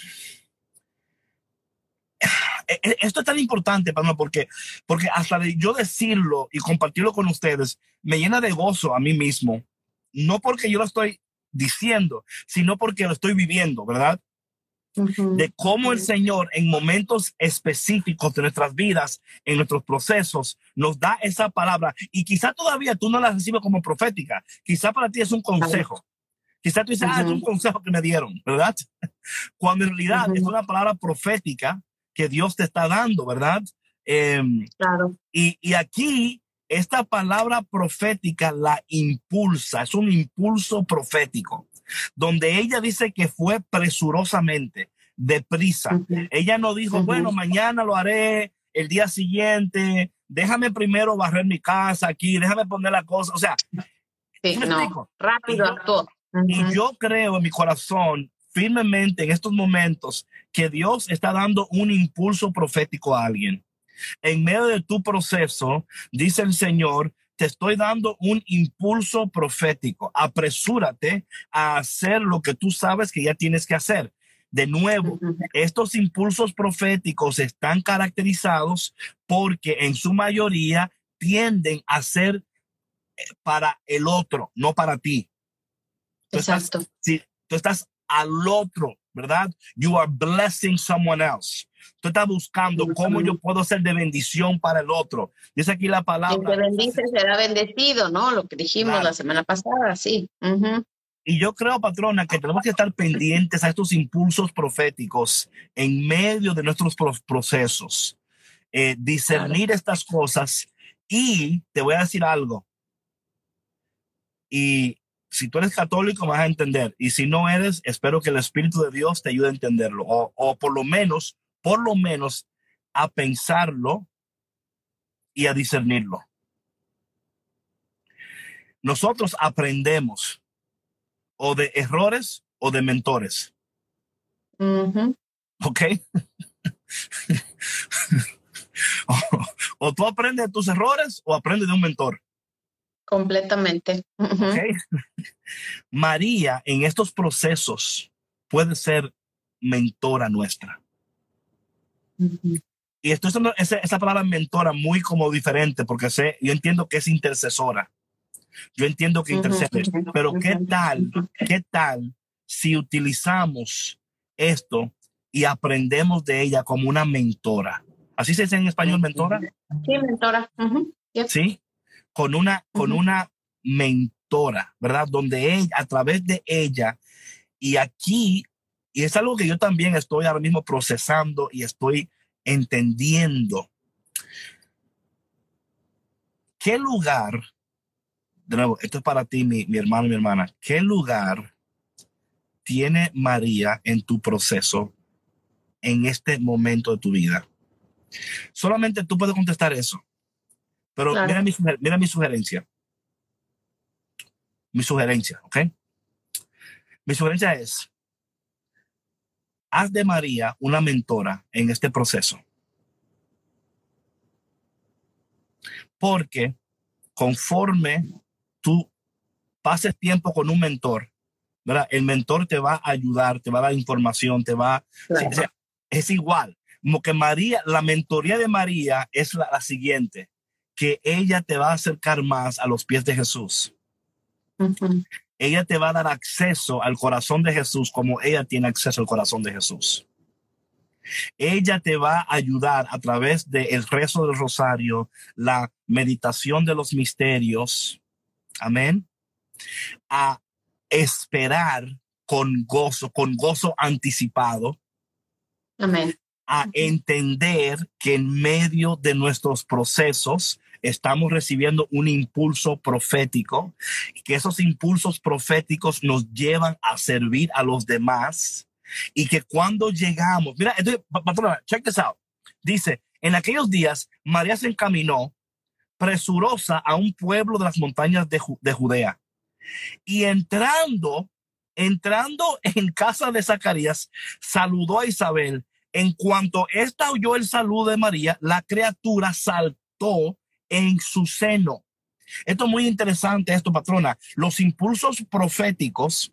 esto es tan importante, patrona, porque, porque hasta de yo decirlo y compartirlo con ustedes me llena de gozo a mí mismo. No porque yo lo estoy diciendo, sino porque lo estoy viviendo, ¿verdad? Ujú. De cómo el Señor en momentos específicos de nuestras vidas, en nuestros procesos, nos da esa palabra y quizá todavía tú no la recibes como profética, quizá para ti es un consejo, quizá tú dices, ah, es un Ujú, consejo que me dieron, ¿verdad? Cuando en realidad es ujú. una palabra profética que Dios te está dando, ¿verdad? Eh, Claro. y, y aquí esta palabra profética la impulsa, es un impulso profético, donde ella dice que fue presurosamente, deprisa. Ujú, Ella no dijo, ujú. bueno, mañana lo haré, el día siguiente, déjame primero barrer mi casa aquí, déjame poner la cosa. O sea, ¿sí Sí, me no. explico? Y Rápido yo, actuó. y Ujú. yo creo en mi corazón firmemente en estos momentos que Dios está dando un impulso profético a alguien. En medio de tu proceso, dice el Señor, te estoy dando un impulso profético. Apresúrate a hacer lo que tú sabes que ya tienes que hacer. De nuevo, estos impulsos proféticos están caracterizados porque en su mayoría tienden a ser para el otro, no para ti. Tú Exacto. estás, sí, tú estás al otro, ¿verdad? You are blessing someone else. Tú estás buscando uh-huh. cómo yo puedo ser de bendición para el otro. Dice aquí la palabra. El que bendice será bendecido, ¿no? Lo que dijimos claro. la semana pasada, sí. Uh-huh. Y yo creo, patrona, que tenemos que estar pendientes a estos impulsos proféticos en medio de nuestros procesos. Eh, discernir claro. estas cosas. Y te voy a decir algo. Y si tú eres católico, vas a entender. Y si no eres, espero que el Espíritu de Dios te ayude a entenderlo. O, o por lo menos, por lo menos, a pensarlo y a discernirlo. Nosotros aprendemos o de errores o de mentores. Uh-huh. ¿Ok? o, o tú aprendes de tus errores o aprendes de un mentor. Completamente. Uh-huh. Okay. María en estos procesos puede ser mentora nuestra. Uh-huh. Y estoy usando esa, esa palabra mentora muy como diferente porque sé, yo entiendo que es intercesora. Yo entiendo que intercede. Uh-huh. Pero ¿qué tal, qué tal si utilizamos esto y aprendemos de ella como una mentora? ¿Así se dice en español, mentora? Sí, mentora. Uh-huh. Yep. Sí. Con una, uh-huh. con una mentora, ¿verdad? Donde ella, a través de ella, y aquí, y es algo que yo también estoy ahora mismo procesando y estoy entendiendo. ¿Qué lugar, de nuevo, esto es para ti, mi, mi hermano y mi hermana, qué lugar tiene María en tu proceso en este momento de tu vida? Solamente tú puedes contestar eso. Pero claro. mira, mi, mira mi sugerencia. Mi sugerencia, ¿ok? Mi sugerencia es, haz de María una mentora en este proceso. Porque conforme tú pases tiempo con un mentor, ¿verdad? El mentor te va a ayudar, te va a dar información, te va... Claro. O sea, es igual. Como que María, la mentoría de María es la, la siguiente. Que ella te va a acercar más a los pies de Jesús. Uh-huh. Ella te va a dar acceso al corazón de Jesús como ella tiene acceso al corazón de Jesús. Ella te va a ayudar a través del rezo del rosario, la meditación de los misterios, amén, a esperar con gozo, con gozo anticipado. Amén. A entender que en medio de nuestros procesos estamos recibiendo un impulso profético y que esos impulsos proféticos nos llevan a servir a los demás y que cuando llegamos, mira, entonces, patrona, check this out. Dice, en aquellos días María se encaminó presurosa a un pueblo de las montañas de, de Judea y entrando, entrando en casa de Zacarías, saludó a Isabel. En cuanto ésta oyó el saludo de María, la criatura saltó en su seno. Esto es muy interesante, esto, patrona. Los impulsos proféticos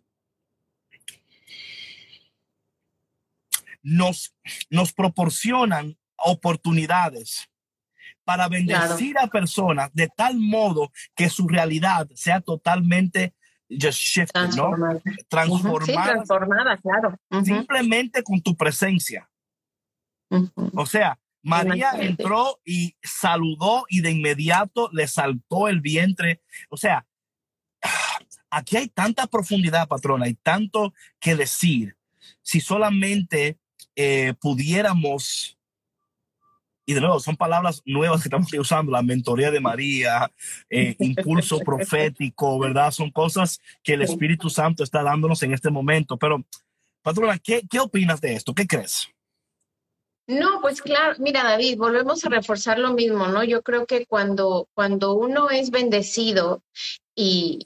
nos, nos proporcionan oportunidades para bendecir claro. a personas de tal modo que su realidad sea totalmente just shifted, transformada. ¿no? Transformada. Sí, transformada, claro. Uh-huh. Simplemente con tu presencia. Uh-huh. O sea, María entró y saludó y de inmediato le saltó el vientre. O sea, aquí hay tanta profundidad, patrona, hay tanto que decir. Si solamente eh, pudiéramos, y de nuevo, son palabras nuevas que estamos usando, la mentoría de María, eh, impulso profético, ¿verdad? Son cosas que el Espíritu Santo está dándonos en este momento. Pero, patrona, ¿qué, qué opinas de esto? ¿Qué crees? No, pues claro, mira, David, volvemos a reforzar lo mismo, ¿no? Yo creo que cuando, cuando uno es bendecido y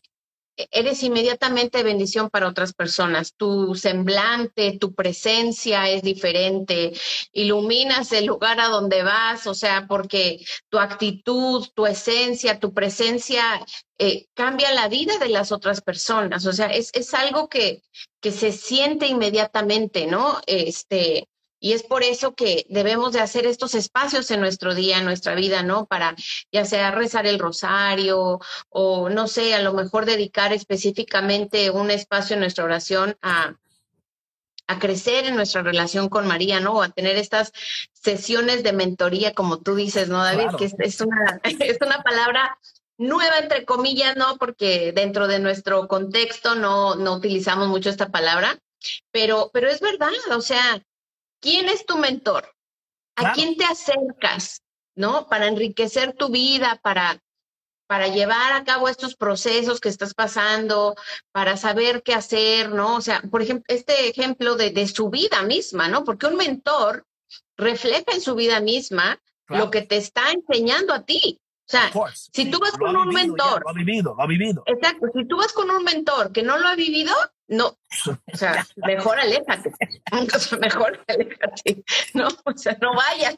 eres inmediatamente bendición para otras personas. Tu semblante, tu presencia es diferente, iluminas el lugar a donde vas, o sea, porque tu actitud, tu esencia, tu presencia eh, cambia la vida de las otras personas, o sea, es, es algo que, que se siente inmediatamente, ¿no? Este... Y es por eso que debemos de hacer estos espacios en nuestro día, en nuestra vida, ¿no? Para ya sea rezar el rosario o, no sé, a lo mejor dedicar específicamente un espacio en nuestra oración a, a crecer en nuestra relación con María, ¿no? O a tener estas sesiones de mentoría, como tú dices, ¿no, David? Claro. Que es, es, una, es una palabra nueva, entre comillas, ¿no? Porque dentro de nuestro contexto no, no utilizamos mucho esta palabra, pero, pero es verdad, o sea, ¿quién es tu mentor? ¿A Claro. quién te acercas, no? Para enriquecer tu vida, para, para llevar a cabo estos procesos que estás pasando, para saber qué hacer, ¿no? O sea, por ejemplo, este ejemplo de, de su vida misma, ¿no? Porque un mentor refleja en su vida misma Claro. lo que te está enseñando a ti. O sea, Of course. si tú vas Lo con ha un vivido ya, mentor, lo ha vivido, lo ha vivido. exacto, si tú vas con un mentor que no lo ha vivido, no, o sea, mejor aléjate, o sea, mejor aléjate, no, o sea, no vayas,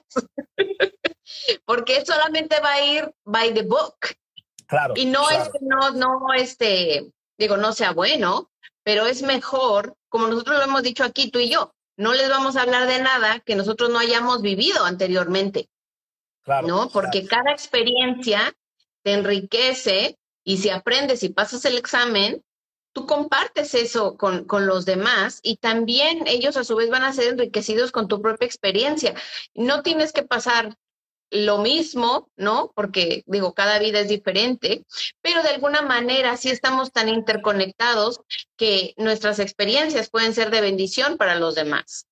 porque solamente va a ir by the book, Claro. y no claro. es que no, no, este, digo, no sea bueno, pero es mejor, como nosotros lo hemos dicho aquí, tú y yo, no les vamos a hablar de nada que nosotros no hayamos vivido anteriormente. Claro, ¿no? Porque claro. cada experiencia te enriquece y si aprendes y pasas el examen, tú compartes eso con, con los demás y también ellos a su vez van a ser enriquecidos con tu propia experiencia. No tienes que pasar lo mismo, ¿no? Porque, digo, cada vida es diferente, pero de alguna manera sí estamos tan interconectados que nuestras experiencias pueden ser de bendición para los demás.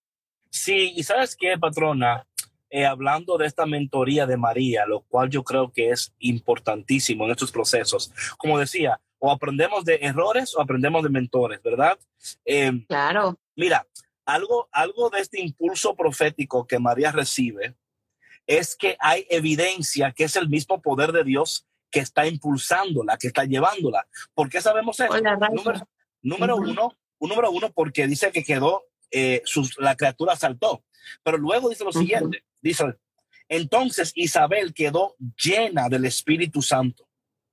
Sí, y ¿sabes qué, patrona? Eh, hablando de esta mentoría de María, lo cual yo creo que es importantísimo en estos procesos. Como decía, o aprendemos de errores o aprendemos de mentores, ¿verdad? Eh, claro. Mira, algo, algo de este impulso profético que María recibe es que hay evidencia que es el mismo poder de Dios que está impulsándola, que está llevándola. ¿Por qué sabemos eso? Hola, número número uh-huh. uno, número uno, porque dice que quedó, eh, sus, la criatura saltó. Pero luego dice lo uh-huh. siguiente, dice, entonces Isabel quedó llena del Espíritu Santo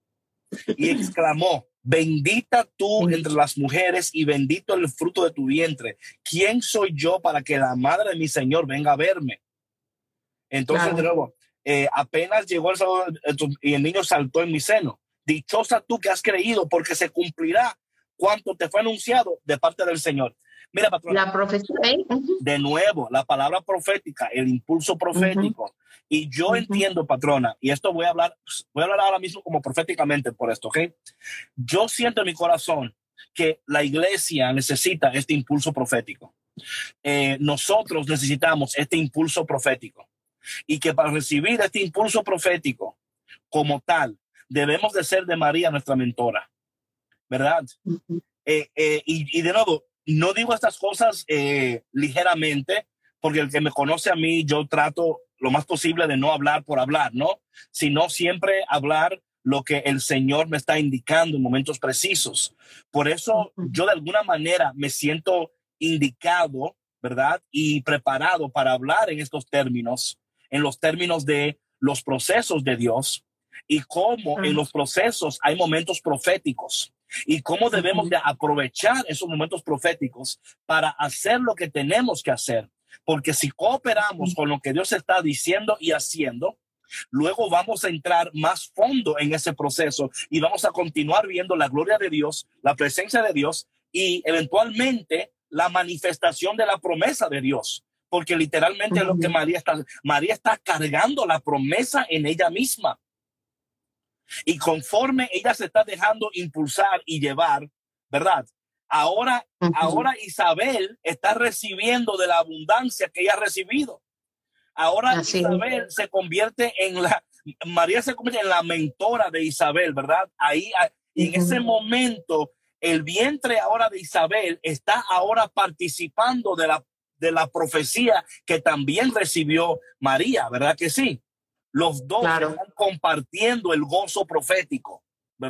y exclamó, bendita tú entre las mujeres y bendito el fruto de tu vientre. ¿Quién soy yo para que la madre de mi Señor venga a verme? Entonces, claro. de nuevo, eh, apenas llegó el sábado y el niño saltó en mi seno. Dichosa tú que has creído, porque se cumplirá cuanto te fue anunciado de parte del Señor. Mira, patrona, la profecía, ¿eh? uh-huh. de nuevo, la palabra profética, el impulso profético. Uh-huh. Y yo uh-huh. entiendo, patrona, y esto voy a hablar, voy a hablar ahora mismo como proféticamente por esto, ¿ok? Yo siento en mi corazón que la iglesia necesita este impulso profético. Eh, nosotros necesitamos este impulso profético. Y que para recibir este impulso profético como tal, debemos de ser de María nuestra mentora, ¿verdad? Uh-huh. Eh, eh, y, y de nuevo, no digo estas cosas eh, ligeramente, porque el que me conoce a mí, yo trato lo más posible de no hablar por hablar, ¿no? Sino siempre hablar lo que el Señor me está indicando en momentos precisos. Por eso uh-huh. yo de alguna manera me siento indicado, ¿verdad? Y preparado para hablar en estos términos, en los términos de los procesos de Dios y cómo uh-huh. en los procesos hay momentos proféticos. Y cómo debemos de aprovechar esos momentos proféticos para hacer lo que tenemos que hacer. Porque si cooperamos con lo que Dios está diciendo y haciendo, luego vamos a entrar más fondo en ese proceso y vamos a continuar viendo la gloria de Dios, la presencia de Dios y eventualmente la manifestación de la promesa de Dios. Porque literalmente es lo que María está, María está cargando la promesa en ella misma. Y conforme ella se está dejando impulsar y llevar, ¿verdad? Ahora, uh-huh. ahora Isabel está recibiendo de la abundancia que ella ha recibido. Ahora Así Isabel es. se convierte en la, María se convierte en la mentora de Isabel, ¿verdad? Ahí, y en uh-huh. ese momento, el vientre ahora de Isabel está ahora participando de la, de la profecía que también recibió María, ¿verdad que sí? Los dos claro. están compartiendo el gozo profético, ¿verdad?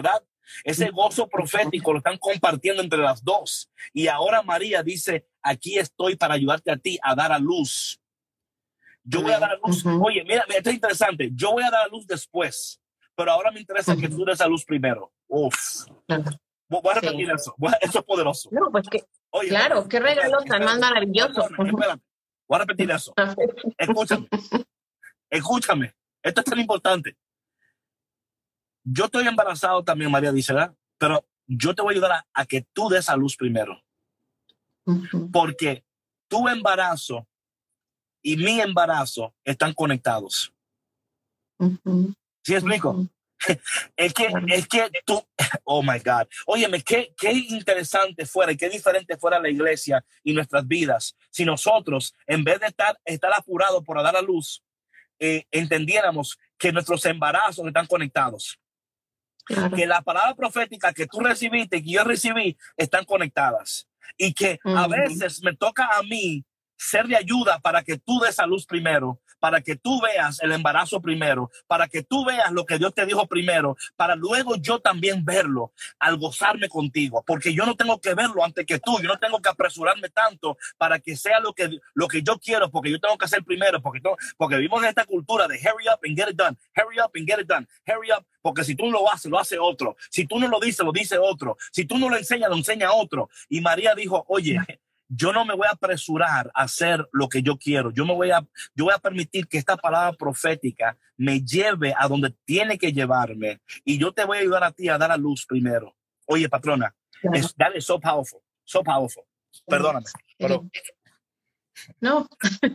Ese gozo profético lo están compartiendo entre las dos. Y ahora María dice, aquí estoy para ayudarte a ti a dar a luz. Yo voy a dar a luz. Uh-huh. Oye, mira, esto es interesante. Yo voy a dar a luz después, pero ahora me interesa uh-huh. que tú des a luz primero. Uf. Uh-huh. Voy a repetir sí. eso. Eso es poderoso. No, pues que, Oye, claro, espérate, qué regalo espérate, tan más maravilloso. Espérate, espérate. Voy a repetir eso. Escúchame. Escúchame. Esto es tan importante. Yo estoy embarazado también, María dice, ¿verdad? Pero yo te voy a ayudar a, a que tú des a luz primero. Uh-huh. Porque tu embarazo y mi embarazo están conectados. Uh-huh. ¿Sí explico? Uh-huh. Es que, es que tú, oh my God, óyeme, qué, qué interesante fuera y qué diferente fuera la iglesia y nuestras vidas si nosotros, en vez de estar, estar apurados por dar a luz, eh, entendiéramos que nuestros embarazos están conectados. Claro. Que la palabra profética que tú recibiste y que yo recibí están conectadas. Y que uh-huh. a veces me toca a mí ser de ayuda para que tú des a luz primero, para que tú veas el embarazo primero, para que tú veas lo que Dios te dijo primero, para luego yo también verlo al gozarme contigo, porque yo no tengo que verlo antes que tú, yo no tengo que apresurarme tanto para que sea lo que, lo que yo quiero, porque yo tengo que hacer primero, porque, to, porque vivimos en esta cultura de hurry up and get it done, hurry up and get it done, hurry up, porque si tú lo haces, lo hace otro, si tú no lo dices, lo dice otro, si tú no lo enseñas, lo enseña otro. Y María dijo, oye, yo no me voy a apresurar a hacer lo que yo quiero. Yo me voy a, yo voy a permitir que esta palabra profética me lleve a donde tiene que llevarme. Y yo te voy a ayudar a ti a dar a luz primero. Oye, patrona, claro. es, that is so powerful, so powerful. Perdóname. Pero... No,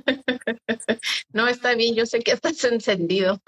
no está bien. Yo sé que estás encendido.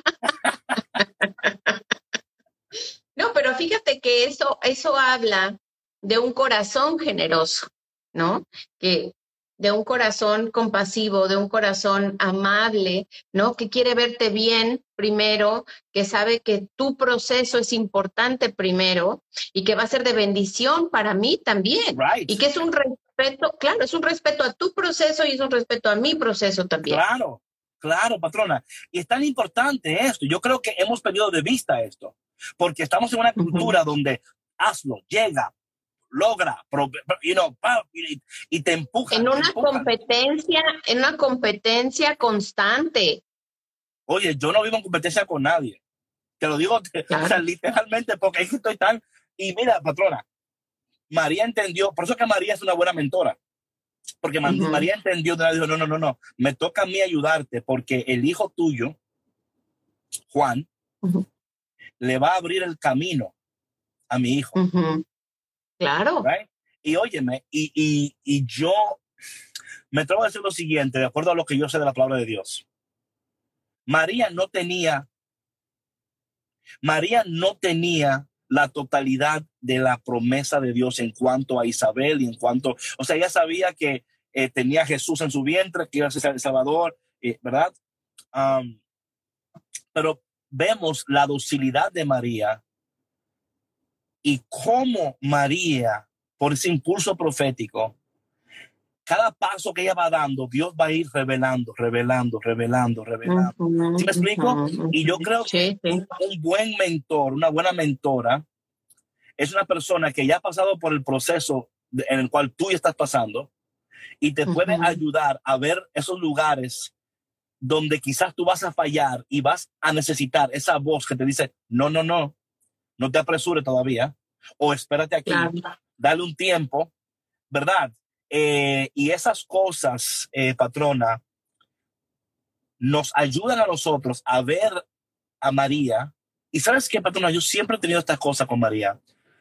No, pero fíjate que eso, eso habla de un corazón generoso, ¿no? Que de un corazón compasivo, de un corazón amable, ¿no? Que quiere verte bien primero, que sabe que tu proceso es importante primero y que va a ser de bendición para mí también. Right. Y que es un respeto, claro, es un respeto a tu proceso y es un respeto a mi proceso también. Claro, claro, patrona. Y es tan importante esto. Yo creo que hemos perdido de vista esto, porque estamos en una cultura uh-huh. donde hazlo, llega, logra, you know, y, y te empuja. En una empuja. competencia, en una competencia constante. Oye, yo no vivo en competencia con nadie. Te lo digo claro. o sea, literalmente, porque es que estoy tan... Y mira, patrona, María entendió, por eso que María es una buena mentora. Porque uh-huh. María entendió, dijo, no, no, no, no, me toca a mí ayudarte, porque el hijo tuyo, Juan, uh-huh. le va a abrir el camino a mi hijo. Uh-huh. Claro. Right? Y óyeme, y, y, y yo me atrevo a decir lo siguiente, de acuerdo a lo que yo sé de la palabra de Dios. María no tenía, María no tenía la totalidad de la promesa de Dios en cuanto a Isabel y en cuanto, o sea, ella sabía que eh, tenía Jesús en su vientre, que iba a ser el Salvador, eh, ¿verdad? Um, pero vemos la docilidad de María y cómo María, por ese impulso profético, cada paso que ella va dando, Dios va a ir revelando, revelando, revelando, revelando. Uh-huh, ¿Sí me explico? Uh-huh. Y yo creo que sí, sí. un buen mentor, una buena mentora, es una persona que ya ha pasado por el proceso en el cual tú ya estás pasando y te uh-huh. puede ayudar a ver esos lugares donde quizás tú vas a fallar y vas a necesitar esa voz que te dice, no, no, no, no te apresures todavía, o espérate aquí, claro. dale un tiempo, ¿verdad? Eh, y esas cosas, eh, patrona, nos ayudan a nosotros a ver a María. Y ¿sabes qué, patrona? Yo siempre he tenido estas cosas con María.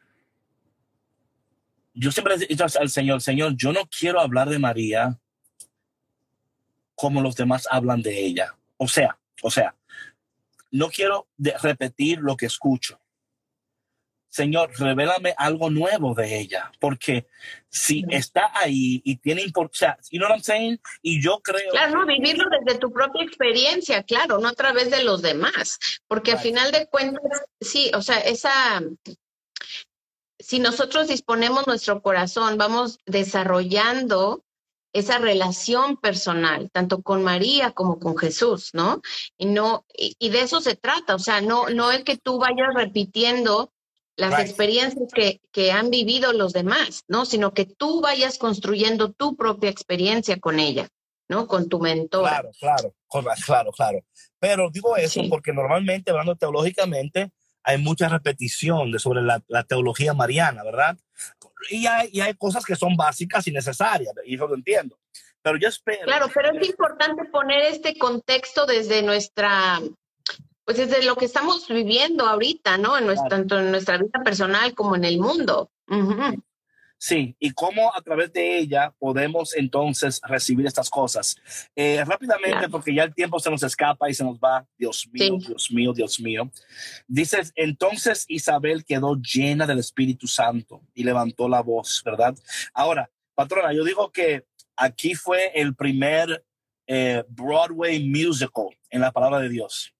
Yo siempre he dicho al Señor, Señor, yo no quiero hablar de María como los demás hablan de ella. O sea, o sea, no quiero de repetir lo que escucho. Señor, revélame algo nuevo de ella, porque si está ahí y tiene importancia, you know what I'm saying? Y yo creo... Claro, no, vivirlo desde tu propia experiencia, claro, no a través de los demás, porque right. al final de cuentas, sí, o sea, esa... Si nosotros disponemos nuestro corazón, vamos desarrollando esa relación personal, tanto con María como con Jesús, ¿no? Y no y, y de eso se trata, o sea, no, no es que tú vayas repitiendo las right. experiencias que, que han vivido los demás, ¿no? Sino que tú vayas construyendo tu propia experiencia con ella, ¿no? Con tu mentora. Claro, claro, claro, claro. Pero digo eso sí. porque normalmente, hablando teológicamente, hay mucha repetición de sobre la, la teología mariana, ¿verdad? Y hay, y hay cosas que son básicas y necesarias, y eso lo entiendo. Pero yo espero... Claro, pero es importante poner este contexto desde nuestra... Pues desde lo que estamos viviendo ahorita, ¿no? En nuestra, claro. Tanto en nuestra vida personal como en el mundo. Uh-huh. Sí, y cómo a través de ella podemos entonces recibir estas cosas. Eh, rápidamente, claro. porque ya el tiempo se nos escapa y se nos va. Dios mío, sí. Dios mío, Dios mío. Dice, entonces Isabel quedó llena del Espíritu Santo y levantó la voz, ¿verdad? Ahora, patrona, yo digo que aquí fue el primer eh, Broadway musical en la palabra de Dios.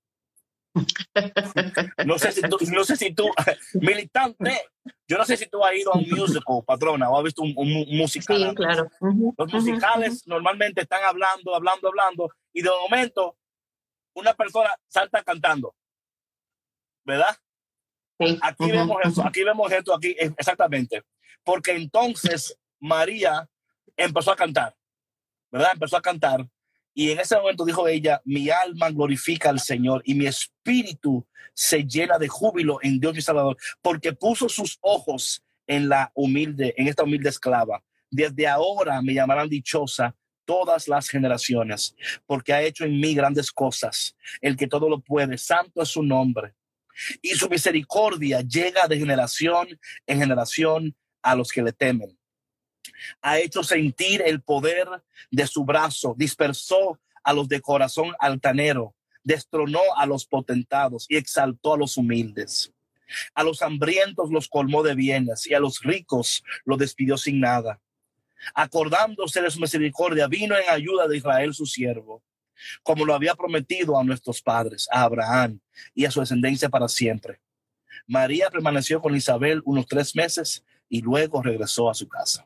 No sé si tú, no sé si tú militante, yo no sé si tú has ido a un musical, patrona, o has visto un, un, un musical. Sí, claro. Uh-huh. Los musicales uh-huh. normalmente están hablando, hablando, hablando, y de momento una persona salta cantando, ¿verdad? Sí. Aquí uh-huh. vemos eso, aquí vemos esto, aquí exactamente, porque entonces María empezó a cantar, ¿verdad? Empezó a cantar. Y en ese momento dijo ella, mi alma glorifica al Señor y mi espíritu se llena de júbilo en Dios mi Salvador, porque puso sus ojos en la humilde, en esta humilde esclava. Desde ahora me llamarán dichosa todas las generaciones, porque ha hecho en mí grandes cosas. El que todo lo puede, santo es su nombre. Y su misericordia llega de generación en generación a los que le temen. Ha hecho sentir el poder de su brazo, dispersó a los de corazón altanero, destronó a los potentados y exaltó a los humildes. A los hambrientos los colmó de bienes y a los ricos los despidió sin nada. Acordándose de su misericordia, vino en ayuda de Israel su siervo, como lo había prometido a nuestros padres, a Abraham y a su descendencia para siempre. María permaneció con Isabel unos tres meses y luego regresó a su casa.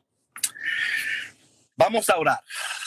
Vamos a orar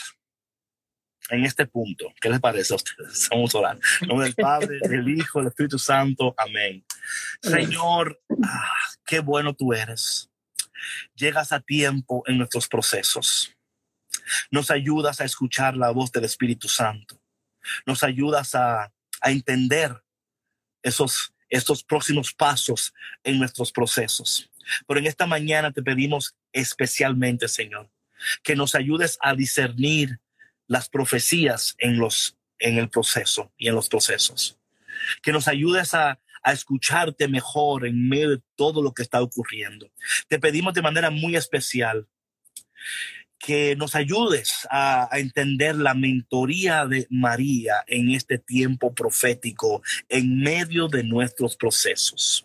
en este punto. ¿Qué les parece a ustedes? Vamos a orar. En nombre del Padre, del Hijo, del Espíritu Santo. Amén. Señor, ah, qué bueno tú eres. Llegas a tiempo en nuestros procesos. Nos ayudas a escuchar la voz del Espíritu Santo. Nos ayudas a, a entender esos, estos próximos pasos en nuestros procesos. Pero en esta mañana te pedimos especialmente, Señor, que nos ayudes a discernir las profecías en, los, en el proceso y en los procesos. Que nos ayudes a, a escucharte mejor en medio de todo lo que está ocurriendo. Te pedimos de manera muy especial que nos ayudes a, a entender la mentoría de María en este tiempo profético en medio de nuestros procesos.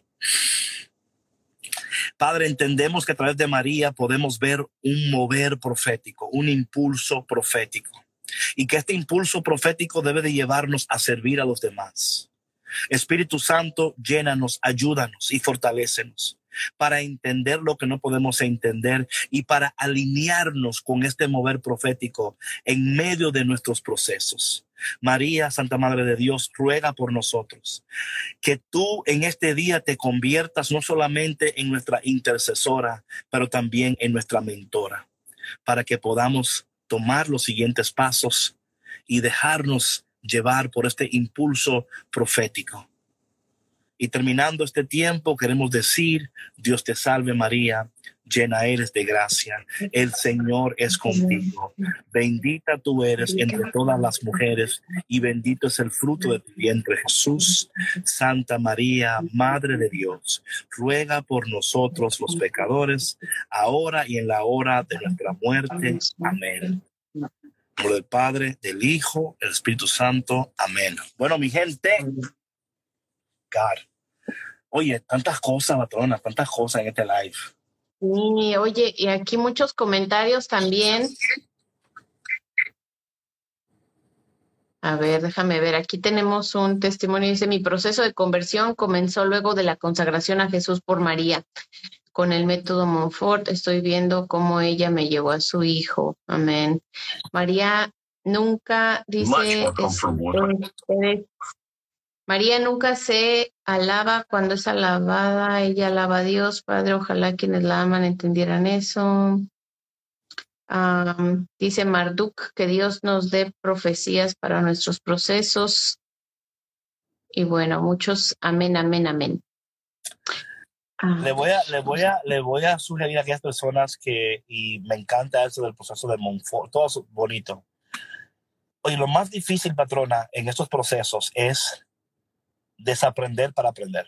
Padre, entendemos que a través de María podemos ver un mover profético, un impulso profético, y que este impulso profético debe de llevarnos a servir a los demás. Espíritu Santo, llénanos, ayúdanos y fortalécenos para entender lo que no podemos entender y para alinearnos con este mover profético en medio de nuestros procesos. María, Santa Madre de Dios, ruega por nosotros que tú en este día te conviertas no solamente en nuestra intercesora, pero también en nuestra mentora, para que podamos tomar los siguientes pasos y dejarnos llevar por este impulso profético. Y terminando este tiempo, queremos decir, Dios te salve María, llena eres de gracia, el Señor es contigo. Bendita tú eres entre todas las mujeres y bendito es el fruto de tu vientre, Jesús. Santa María, Madre de Dios, ruega por nosotros los pecadores, ahora y en la hora de nuestra muerte. Amén. Por el Padre, del Hijo, el Espíritu Santo. Amén. Bueno, mi gente, God. Oye, tantas cosas, matrona, tantas cosas en este live. Sí, oye, y aquí muchos comentarios también. A ver, déjame ver, aquí tenemos un testimonio, dice, mi proceso de conversión comenzó luego de la consagración a Jesús por María. Con el método Montfort estoy viendo cómo ella me llevó a su hijo. Amén. María nunca dice, este, María nunca se alaba cuando es alabada, ella alaba a Dios. Padre, ojalá quienes la aman entendieran eso. Um, dice Marduk que Dios nos dé profecías para nuestros procesos. Y bueno, muchos amén, amén, amén. Ah. Le voy a, le voy a, le voy a sugerir a aquellas personas que, y me encanta eso del proceso de Montfort, todo eso bonito. Oye, lo más difícil, patrona, en estos procesos es desaprender para aprender.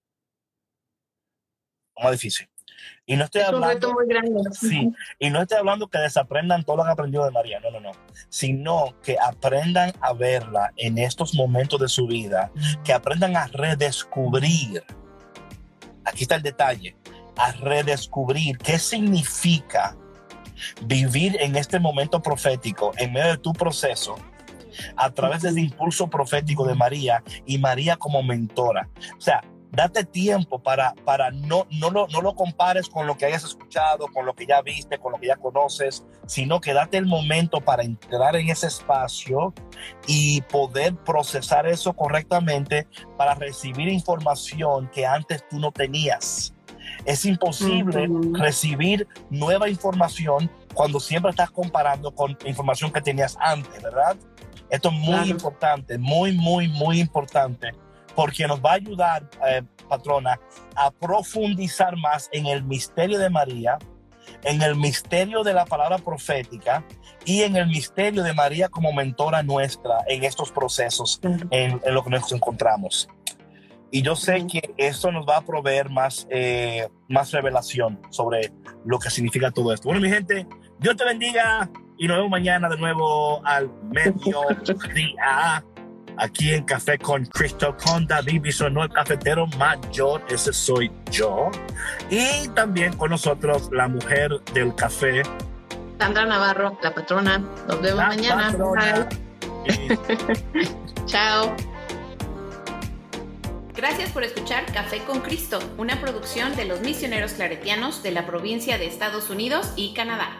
Lo más difícil. Y no estoy es hablando, un reto muy grande. Sí, y no estoy hablando que desaprendan todo lo que han aprendido de María, no, no, no, sino que aprendan a verla en estos momentos de su vida, que aprendan a redescubrir, aquí está el detalle, a redescubrir qué significa vivir en este momento profético, en medio de tu proceso, a través del impulso profético de María y María como mentora. O sea, date tiempo para, para no, no, lo, no lo compares con lo que hayas escuchado, con lo que ya viste, con lo que ya conoces, sino que date el momento para entrar en ese espacio y poder procesar eso correctamente para recibir información que antes tú no tenías. Es imposible uh-huh. recibir nueva información cuando siempre estás comparando con información que tenías antes, ¿verdad? Esto es muy claro. importante, muy, muy, muy importante. Porque nos va a ayudar, eh, patrona, a profundizar más en el misterio de María, en el misterio de la palabra profética y en el misterio de María como mentora nuestra en estos procesos, uh-huh. en, en lo que nos encontramos. Y yo sé uh-huh. que eso nos va a proveer más, eh, más revelación sobre lo que significa todo esto. Bueno, mi gente, Dios te bendiga y nos vemos mañana de nuevo al mediodía. Aquí en Café con Cristo, con David Bisonó, el cafetero mayor, ese soy yo. Y también con nosotros la mujer del café, Sandra Navarro, la patrona. Nos vemos la mañana. Y... Chao. Gracias por escuchar Café con Cristo, una producción de los misioneros claretianos de la provincia de Estados Unidos y Canadá.